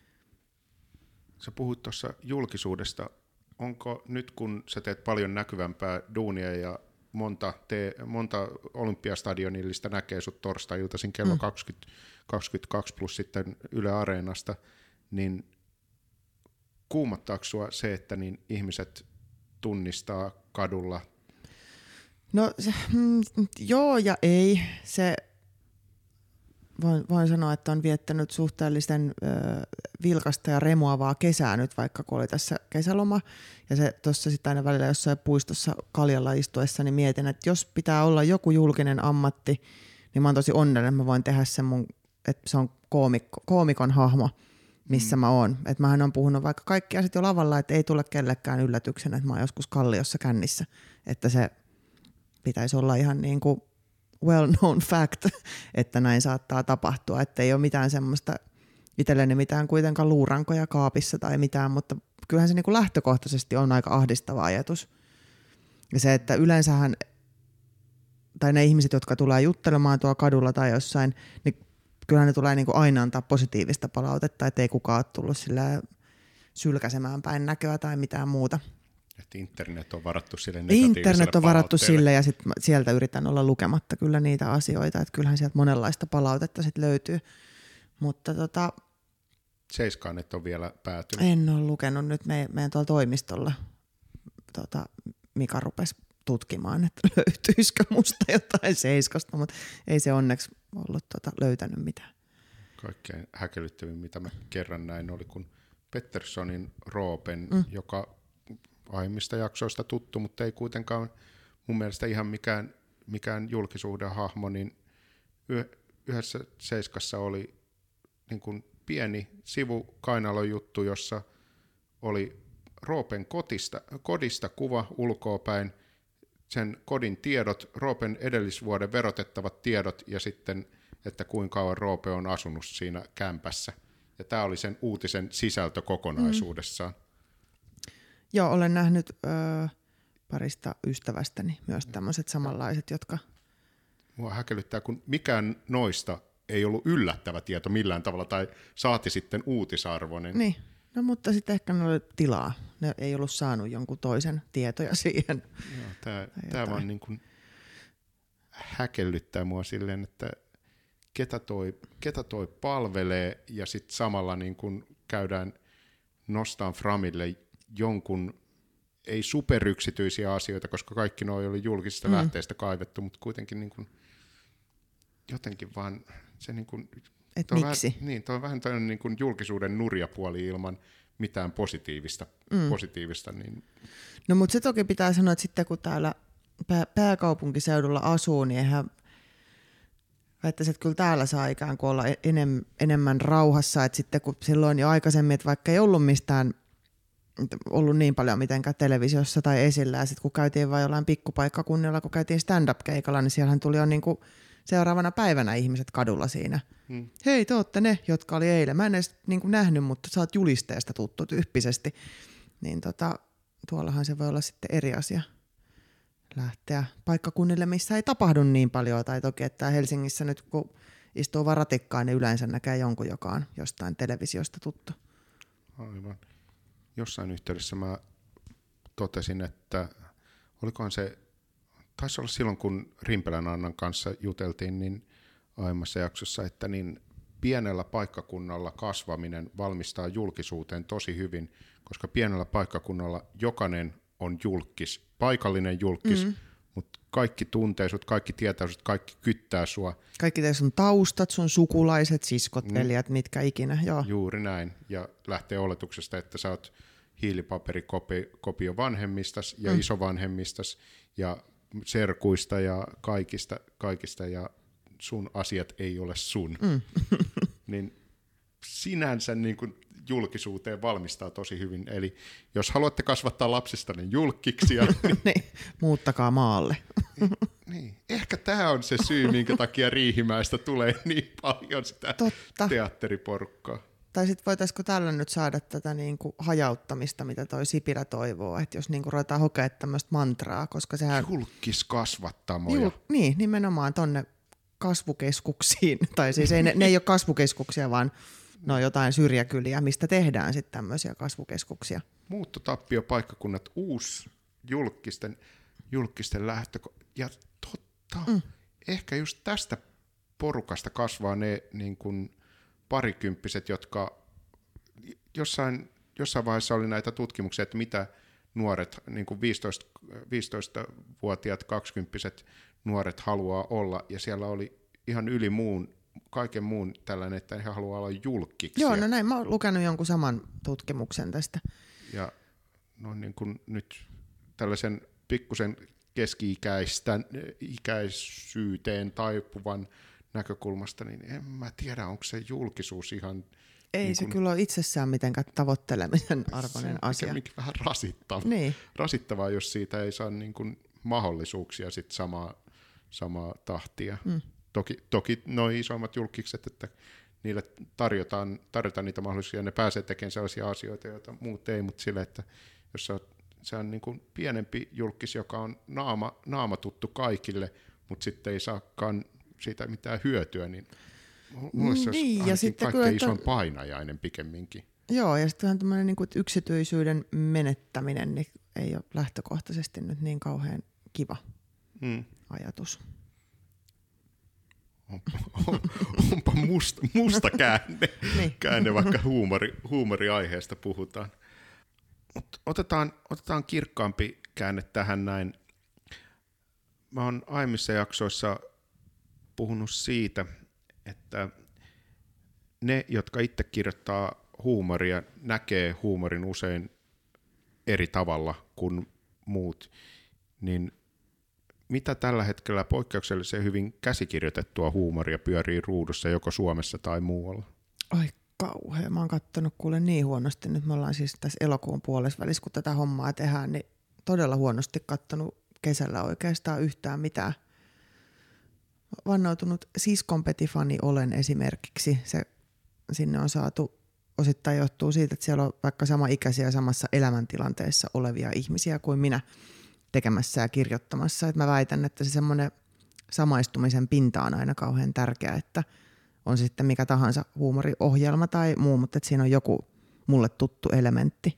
Sä puhuit tuossa julkisuudesta. Onko nyt, kun sä teet paljon näkyvämpää duunia ja monta, te, monta Olympiastadionillista näkee sut torstai-iltaisin kello mm. kaksikymmentä kaksikymmentäkaksi plus sitten Yle Areenasta, niin kuumottaako sua se, että niin ihmiset tunnistaa kadulla? No se, mm, joo ja ei. Se voin, voin sanoa, että on viettänyt suhteellisen ö, vilkasta ja remuavaa kesää nyt, vaikka kun oli tässä kesäloma. Ja se tuossa sitten aina välillä jossain puistossa kaljalla istuessa, niin mietin, että jos pitää olla joku julkinen ammatti, niin mä oon tosi onnellinen, että mä voin tehdä sen mun, että se on koomikko, koomikon hahmo, missä mm. mä oon. Että mähän on puhunut vaikka kaikki asiat jo lavalla, että ei tule kellekään yllätyksenä, että mä oon joskus kalliossa kännissä. Että se pitäisi olla ihan niin kuin well-known fact, että näin saattaa tapahtua. Että ei ole mitään semmoista, itselleni mitään kuitenkaan luurankoja kaapissa tai mitään, mutta kyllähän se niin kuin lähtökohtaisesti on aika ahdistava ajatus. Ja se, että yleensähän, tai ne ihmiset, jotka tulee juttelemaan tuolla kadulla tai jossain, niin kyllähän ne tulee niin kuin aina antaa positiivista palautetta, että ei kukaan ole tullut sillä sylkäsemään päin näköä tai mitään muuta. Että internet on varattu sille negatiiviselle Internet on varattu sille ja sit sieltä yritän olla lukematta kyllä niitä asioita, että kyllähän sieltä monenlaista palautetta sit löytyy. Mutta tota, Seiskaan et ole vielä päätynyt. En ole lukenut nyt me, meidän tuolla toimistolla. Tota, Mika rupesi tutkimaan, että löytyisikö musta jotain Seiskasta, mutta ei se onneksi ollut tota, löytänyt mitään. Kaikkein häkellyttävin, mitä mä kerran näin, oli kun Petterssonin Roopen, mm. joka aiemmista jaksoista tuttu, mutta ei kuitenkaan mun mielestä ihan mikään, mikään julkisuuden hahmo, niin yhdessä Seiskassa oli niin kuin pieni sivukainalojuttu, jossa oli Roopen kotista, kodista kuva ulkoapäin, sen kodin tiedot, Roopen edellisvuoden verotettavat tiedot ja sitten, että kuinka kauan Roope on asunut siinä kämpässä. Ja tämä oli sen uutisen sisältö kokonaisuudessaan. Mm. Joo, olen nähnyt ö, parista ystävästäni myös tämmöiset samanlaiset, jotka... Mua häkellyttää, kun mikään noista ei ollut yllättävä tieto millään tavalla tai saati sitten uutisarvoinen. Niin, no mutta sitten ehkä ne oli tilaa. Ne ei ollut saanut jonkun toisen tietoja siihen. Joo, tämä, tämä vaan niin kuin häkellyttää mua silleen, että ketä toi, ketä toi palvelee ja sitten samalla niin kuin käydään nostaan framille jonkun, ei superyksityisiä asioita, koska kaikki nuo oli julkisista mm. lähteistä kaivettu, mutta kuitenkin niin kuin jotenkin vaan se niin kuin... Et miksi? Vähän, niin, toi on vähän tämmöinen niin kuin julkisuuden nurjapuoli ilman mitään positiivista. Mm. positiivista niin... No mutta se toki pitää sanoa, että sitten kun täällä pää- pääkaupunkiseudulla asuu, niin eihän väittäisin, että kyllä täällä saa ikään kuin olla enem, enemmän rauhassa, että sitten kun silloin jo aikaisemmin, että vaikka ei ollut mistään ollut niin paljon mitenkään televisiossa tai esillä, ja sitten kun käytiin vain jollain pikkupaikkakunnilla, kun käytiin stand-up-keikalla, niin siellähän tuli jo niin kuin seuraavana päivänä ihmiset kadulla siinä. Hmm. Hei, te ootte ne, jotka oli eilen. Mä en edes niin kuin nähnyt, mutta sä oot julisteesta tuttu tyyppisesti. Niin tota, tuollahan se voi olla sitten eri asia lähteä paikkakunnille, missä ei tapahdu niin paljon. Tai toki, että Helsingissä nyt kun istuu vaan ratikkaan, niin yleensä näkee jonkun, joka on jostain televisiosta tuttu. Aivan. Jossain yhteydessä mä totesin, että olikohan se, taisi olla silloin, kun Rimpelän Annan kanssa juteltiin, niin aiemmassa jaksossa, että niin pienellä paikkakunnalla kasvaminen valmistaa julkisuuteen tosi hyvin, koska pienellä paikkakunnalla jokainen on julkis, paikallinen julkis, mm-hmm. mutta kaikki tuntee sut, kaikki tietää sut, kaikki kyttää sua. Kaikki tietää sun taustat, sun sukulaiset, siskot, mm. veljät, mitkä ikinä. Joo. Juuri näin, ja lähtee oletuksesta, että sä oot hiilipaperikopio vanhemmistas ja mm. isovanhemmistas ja serkuista ja kaikista, kaikista ja sun asiat ei ole sun. Mm. Niin sinänsä niin kuin julkisuuteen valmistaa tosi hyvin. Eli jos haluatte kasvattaa lapsistanne julkkiksia, niin, muuttakaa maalle. niin, niin. Ehkä tämä on se syy, minkä takia Riihimäestä tulee niin paljon sitä Totta. teatteriporukkaa. Tai sitten voitaisiko tällä nyt saada tätä niinku hajauttamista, mitä toi Sipilä toivoo, että jos niinku ruvetaan hokea tämmöistä mantraa, koska sehän... Julkiskasvattamoja. Jul... Niin, nimenomaan tonne kasvukeskuksiin, tai siis ei, ne, ne ei ole kasvukeskuksia, vaan ne on jotain syrjäkyliä, mistä tehdään sitten tämmöisiä kasvukeskuksia. Muuttotappiopaikkakunnat, uusi julkisten, julkisten lähtö... Ja totta, mm. ehkä just tästä porukasta kasvaa ne niin kuin parikymppiset, jotka jossain, jossain vaiheessa oli näitä tutkimuksia, että mitä nuoret, niin kuin viisitoista, viisitoistavuotiaat, kaksikymppiset nuoret haluaa olla, ja siellä oli ihan yli muun kaiken muun tällainen, että he haluaa olla julkkiksi. Joo, no näin. Mä oon lukenut jonkun saman tutkimuksen tästä. Ja no niin kuin nyt tällaisen pikkusen keski-ikäistä ikäisyyteen taipuvan näkökulmasta, niin en mä tiedä, onko se julkisuus ihan... Ei niin se kun, kyllä ole itsessään mitenkään tavoittelemisen arvoinen se asia. Se on vähän rasittavaa, niin. rasittavaa, jos siitä ei saa niin kuin mahdollisuuksia sit samaa, samaa tahtia. Mm. Toki, toki nuo isoimmat julkikset, että niille tarjotaan, tarjotaan niitä mahdollisuuksia, ja ne pääsee tekemään sellaisia asioita, joita muut ei, mutta sille, että jos sä oot, se on niin kuin pienempi julkis, joka on naama, naama tuttu kaikille, mutta sitten ei saakaan siitä mitään hyötyä, niin mulle se niin, olisi ja sitten kaikkein kyllä, isoin että... painajainen pikemminkin. Joo, ja sitten vähän tämmöinen niin kuin yksityisyyden menettäminen niin ei ole lähtökohtaisesti nyt niin kauhean kiva mm. ajatus. Onpa, on, onpa musta, musta käänne, niin. käänne, vaikka huumori, huumoriaiheesta puhutaan. Mut otetaan, otetaan kirkkaampi käänne tähän näin. Mä oon aiemmissa jaksoissa puhunut siitä, että ne, jotka itse kirjoittaa huumoria, näkee huumorin usein eri tavalla kuin muut, niin mitä tällä hetkellä poikkeuksellisen hyvin käsikirjoitettua huumoria pyörii ruudussa joko Suomessa tai muualla? Ai kauhea, mä oon kattonut kuule niin huonosti. Nyt me ollaan siis tässä elokuun puolessa välissä, kun tätä hommaa tehdään, niin todella huonosti kattonut kesällä oikeastaan yhtään mitään. Vannoutunut siskonpetifani olen esimerkiksi. Se sinne on saatu, osittain johtuu siitä, että siellä on vaikka sama ikäisiä samassa elämäntilanteessa olevia ihmisiä kuin minä tekemässä ja kirjoittamassa. Et mä väitän, että se semmoinen samaistumisen pinta on aina kauhean tärkeä, että on se sitten mikä tahansa huumoriohjelma tai muu, mutta että siinä on joku mulle tuttu elementti.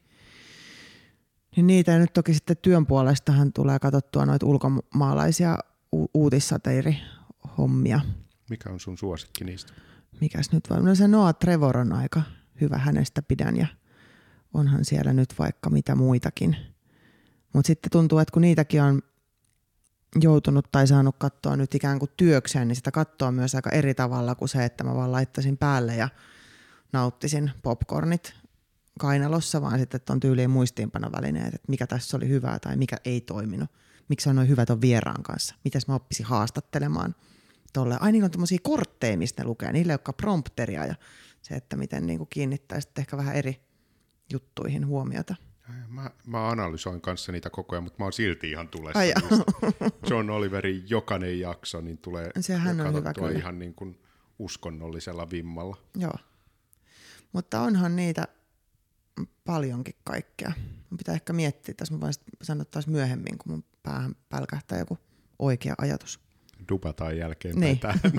Niin niitä nyt toki sitten työn puolestahan tulee katsottua noita ulkomaalaisia u- uutissateirihommia. Mikä on sun suosikki niistä? Mikäs nyt voi? No se Noah Trevor on aika hyvä, hänestä pidän ja onhan siellä nyt vaikka mitä muitakin. Mutta sitten tuntuu, että kun niitäkin on joutunut tai saanut katsoa nyt ikään kuin työkseen, niin sitä katsoa myös aika eri tavalla kuin se, että mä vaan laittaisin päälle ja nauttisin popcornit kainalossa, vaan sitten, että on tyyliin muistiinpanovälineet, että mikä tässä oli hyvää tai mikä ei toiminut. Miksi on noin hyvä ton vieraan kanssa? Mitäs mä oppisin haastattelemaan tolle? Ai niillä on tommosia kortteja, mistä ne lukee. Niillä ei olekaan prompteria ja se, että miten niin kuin kiinnittää sitten ehkä vähän eri juttuihin huomiota. Mä, mä analysoin kanssa niitä koko ajan, mutta mä oon silti ihan tulessa. Ai John Oliverin jokainen jakso niin tulee sehän on hyvä kyllä. Ihan niin kuin uskonnollisella vimmalla. Joo, mutta onhan niitä paljonkin kaikkea. Mun pitää ehkä miettiä, tässä mä voin sanoa taas myöhemmin, kun mun päähän pälkähtää joku oikea ajatus. Dubataan jälkeen. Niin.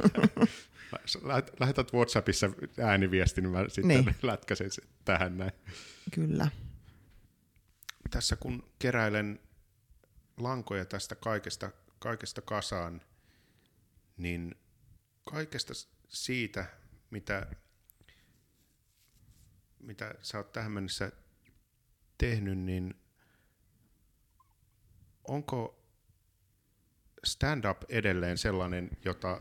Lähetät WhatsAppissa ääniviestin, niin mä sitten niin. lätkäsen tähän näin. Kyllä. Tässä kun keräilen lankoja tästä kaikesta, kaikesta kasaan, niin kaikesta siitä, mitä, mitä sä oot tähän mennessä tehnyt, niin onko stand-up edelleen sellainen, jota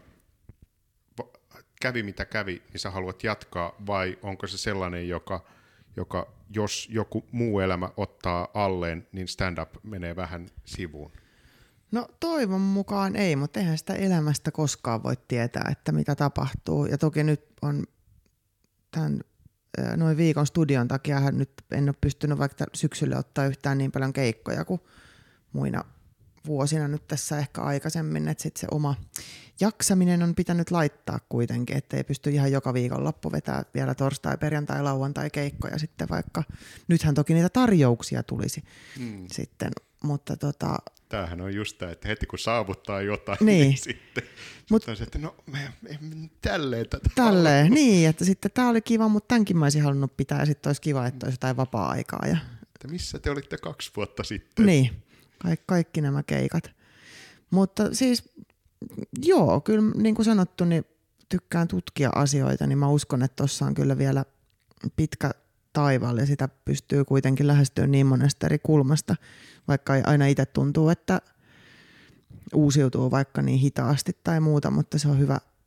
kävi mitä kävi, niin sä haluat jatkaa, vai onko se sellainen, joka, joka jos joku muu elämä ottaa alleen, niin stand-up menee vähän sivuun? No toivon mukaan ei, mutta eihän sitä elämästä koskaan voi tietää, että mitä tapahtuu. Ja toki nyt on tämän noin viikon studion takia nyt en ole pystynyt vaikka syksyllä ottaa yhtään niin paljon keikkoja kuin muina vuosina nyt tässä ehkä aikaisemmin, että sitten se oma jaksaminen on pitänyt laittaa kuitenkin, että ei pysty ihan joka viikonloppu vetää vielä torstai, perjantai, lauantai keikkoja sitten vaikka, nythän toki niitä tarjouksia tulisi mm. sitten, mutta tota... Tämähän on just tämä, että heti kun saavuttaa jotain, niin, niin sitten Mut, on se, että no me, me, me tälleen tätä. Tälleen, niin, että sitten tämä oli kiva, mutta tämänkin mä olisin halunnut pitää ja sitten olisi kiva, että olisi jotain vapaa-aikaa. Ja... Että missä te olitte kaksi vuotta sitten? Niin. Kaik, kaikki nämä keikat. Mutta siis joo, kyllä niin kuin sanottu, niin tykkään tutkia asioita, niin mä uskon, että tuossa on kyllä vielä pitkä taivaalla ja sitä pystyy kuitenkin lähestyä niin monesta eri kulmasta, vaikka aina itse tuntuu, että uusiutuu vaikka niin hitaasti tai muuta, mutta se on hyvä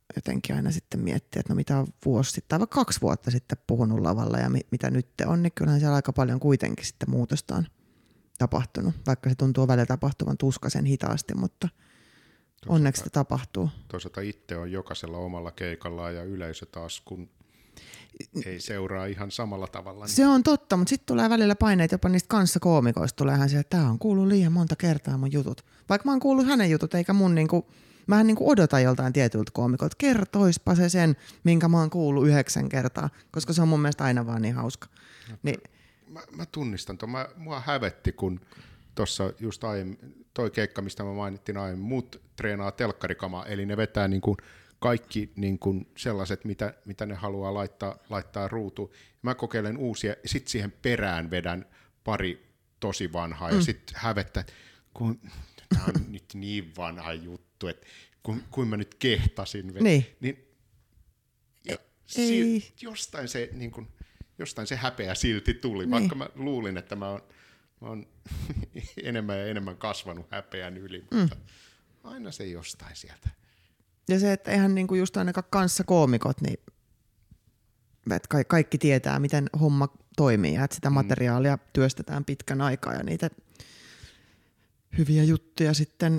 jotenkin aina sitten miettiä, että no mitä on vuosi sitten, tai vaikka kaksi vuotta sitten puhunut lavalla ja mi- mitä nyt on, niin kyllähän siellä aika paljon kuitenkin sitten muutosta on tapahtunut, vaikka se tuntuu välillä tapahtuvan tuskaisen hitaasti, mutta toisaalta, onneksi se tapahtuu. Toisaalta itse on jokaisella omalla keikallaan ja yleisö taas, kun ei seuraa ihan samalla tavalla. Niin. Se on totta, mutta sitten tulee välillä paineet jopa niistä kanssakoomikoista. Tuleehan se, että tämä on kuullut liian monta kertaa mun jutut. Vaikka mä oon kuullut hänen jutut, eikä mun niinku, mähän niinku odotan joltain tietyltä koomikoilta. Kertoispa se sen, minkä mä oon kuullut yhdeksän kertaa, koska se on mun mielestä aina vaan niin hauska. No, niin. mä, mä tunnistan tuon. Mä, mua hävetti, kun tuossa just aiemmin, toi keikka, mistä mä mainittiin aiemmin, muut treenaa telkkarikamaa, eli ne vetää niinku kaikki niin kuin sellaiset, mitä, mitä ne haluaa laittaa, laittaa ruutuun. Mä kokeilen uusia, sitten siihen perään vedän pari tosi vanhaa, mm. ja sitten hävettä, kun tämä on nyt niin vanha juttu, että kun, kun mä nyt kehtasin. Vet- niin. niin ja Ei. Si- jostain, se, niin kuin, jostain se häpeä silti tuli, niin. Vaikka mä luulin, että mä oon, mä oon enemmän ja enemmän kasvanut häpeän yli, mutta mm. aina se jostain sieltä. Ja se, että eihän niinku just ainakaan kanssakoomikot, niin että ka- kaikki tietää, miten homma toimii ja että sitä materiaalia työstetään pitkän aikaa ja niitä hyviä juttuja sitten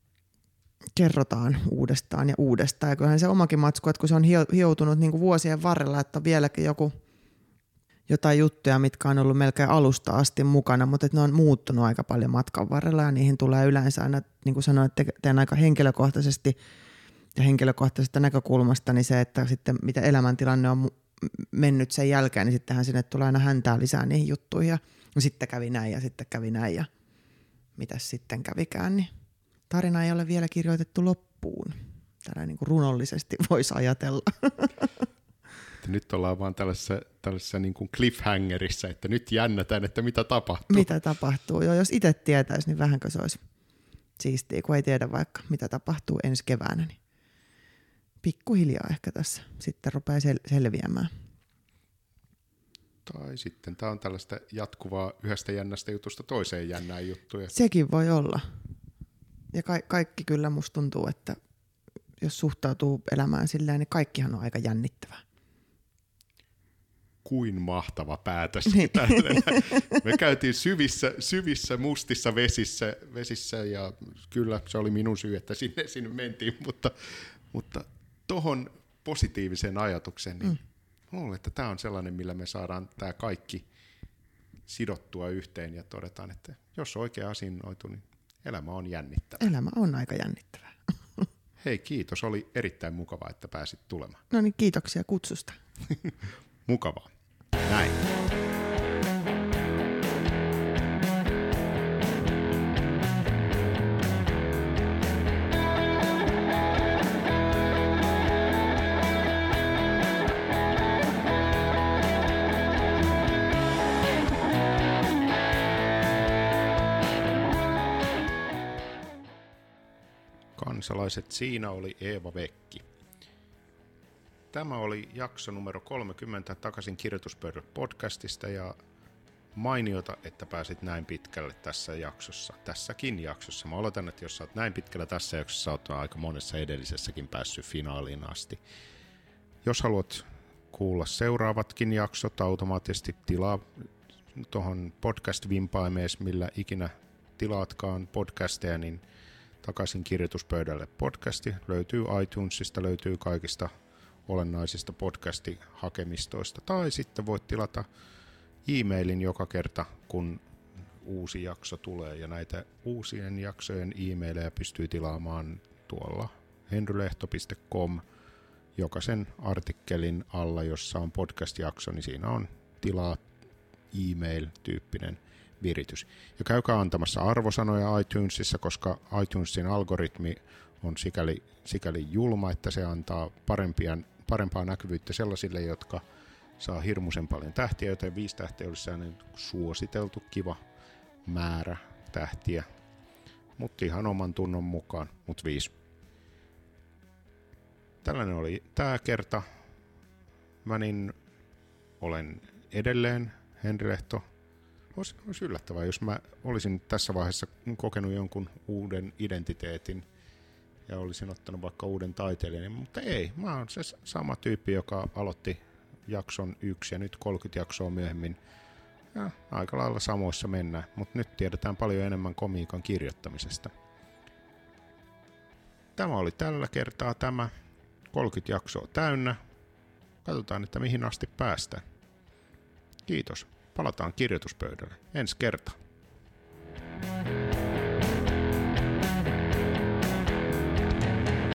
kerrotaan uudestaan ja uudestaan. Ja kyllähän se omakin matsku, että kun se on hioutunut niinku vuosien varrella, että on vieläkin joku jotain juttuja, mitkä on ollut melkein alusta asti mukana, mutta että ne on muuttunut aika paljon matkan varrella ja niihin tulee yleensä aina, niin kuin sanoin, että teen aika henkilökohtaisesti ja henkilökohtaisesta näkökulmasta, niin se, että sitten mitä elämäntilanne on mennyt sen jälkeen, niin sittenhän sinne tulee aina häntää lisää niihin juttuihin ja no sitten kävi näin ja sitten kävi näin ja mitäs sitten kävikään, niin tarina ei ole vielä kirjoitettu loppuun. Tällä niin kuin runollisesti voisi ajatella. Nyt ollaan vaan tällaisessa, tällaisessa niin kuin cliffhangerissa, että nyt jännätään, että mitä tapahtuu. Mitä tapahtuu? Joo, jos itse tietäisi, niin vähänkö se olisi siistiä, kun ei tiedä vaikka, mitä tapahtuu ensi keväänä. Niin pikkuhiljaa ehkä tässä sitten rupeaa sel- selviämään. Tai sitten tämä on tällaista jatkuvaa yhdestä jännästä jutusta toiseen jännään juttuja. Sekin voi olla. Ja ka- kaikki kyllä musta tuntuu, että jos suhtautuu elämään silleen, niin kaikkihan on aika jännittävää. Kuin mahtava päätös. Niin. Me käytiin syvissä, syvissä mustissa vesissä, vesissä ja kyllä se oli minun syy, että sinne, sinne mentiin, mutta, mutta tohon positiiviseen ajatukseen, niin mm. luulen, että tämä on sellainen, millä me saadaan tämä kaikki sidottua yhteen ja todetaan, että jos oikein asennoitu, niin elämä on jännittävää. Elämä on aika jännittävää. Hei, kiitos. Oli erittäin mukavaa, että pääsit tulemaan. No niin, kiitoksia kutsusta. Mukavaa. Näin. Kansalaiset, siinä oli Eeva Vekki. Tämä oli jakso numero kolmekymmentä Takaisin kirjoituspöydälle podcastista ja mainiota, että pääsit näin pitkälle tässä jaksossa, tässäkin jaksossa. Mä oletan, että jos sä oot näin pitkällä tässä jaksossa, sä oot aika monessa edellisessäkin päässyt finaaliin asti. Jos haluat kuulla seuraavatkin jaksot, automaattisesti tilaa tuohon podcast-vimpaimees, millä ikinä tilaatkaan podcasteja, niin Takaisin kirjoituspöydälle podcasti löytyy iTunesista, löytyy kaikista olennaisista podcasti-hakemistoista, tai sitten voit tilata e-mailin joka kerta, kun uusi jakso tulee, ja näitä uusien jaksojen e-maileja pystyy tilaamaan tuolla henrylehto piste com, jokaisen artikkelin alla, jossa on podcast-jakso, niin siinä on tilaa e-mail-tyyppinen viritys. Ja käykää antamassa arvosanoja iTunesissa, koska iTunesin algoritmi on sikäli, sikäli julma, että se antaa parempia, parempaa näkyvyyttä sellaisille, jotka saa hirmuisen paljon tähtiä, joten viisi tähtiä olisi sellainen suositeltu kiva määrä tähtiä, mutta ihan oman tunnon mukaan, mutta viisi. Tällainen oli tämä kerta. Mä niin olen edelleen Henri Lehto. Olisi, olisi yllättävää, jos mä olisin tässä vaiheessa kokenut jonkun uuden identiteetin, ja olisin ottanut vaikka uuden taiteilijan, mutta ei. Mä oon se sama tyyppi, joka aloitti jakson yksi ja nyt kolmekymmentä jaksoa myöhemmin. Ja aika lailla samoissa mennään, mutta nyt tiedetään paljon enemmän komiikan kirjoittamisesta. Tämä oli tällä kertaa tämä kolmekymmentä jaksoa täynnä. Katsotaan, että mihin asti päästään. Kiitos. Palataan kirjoituspöydälle ensi kertaa.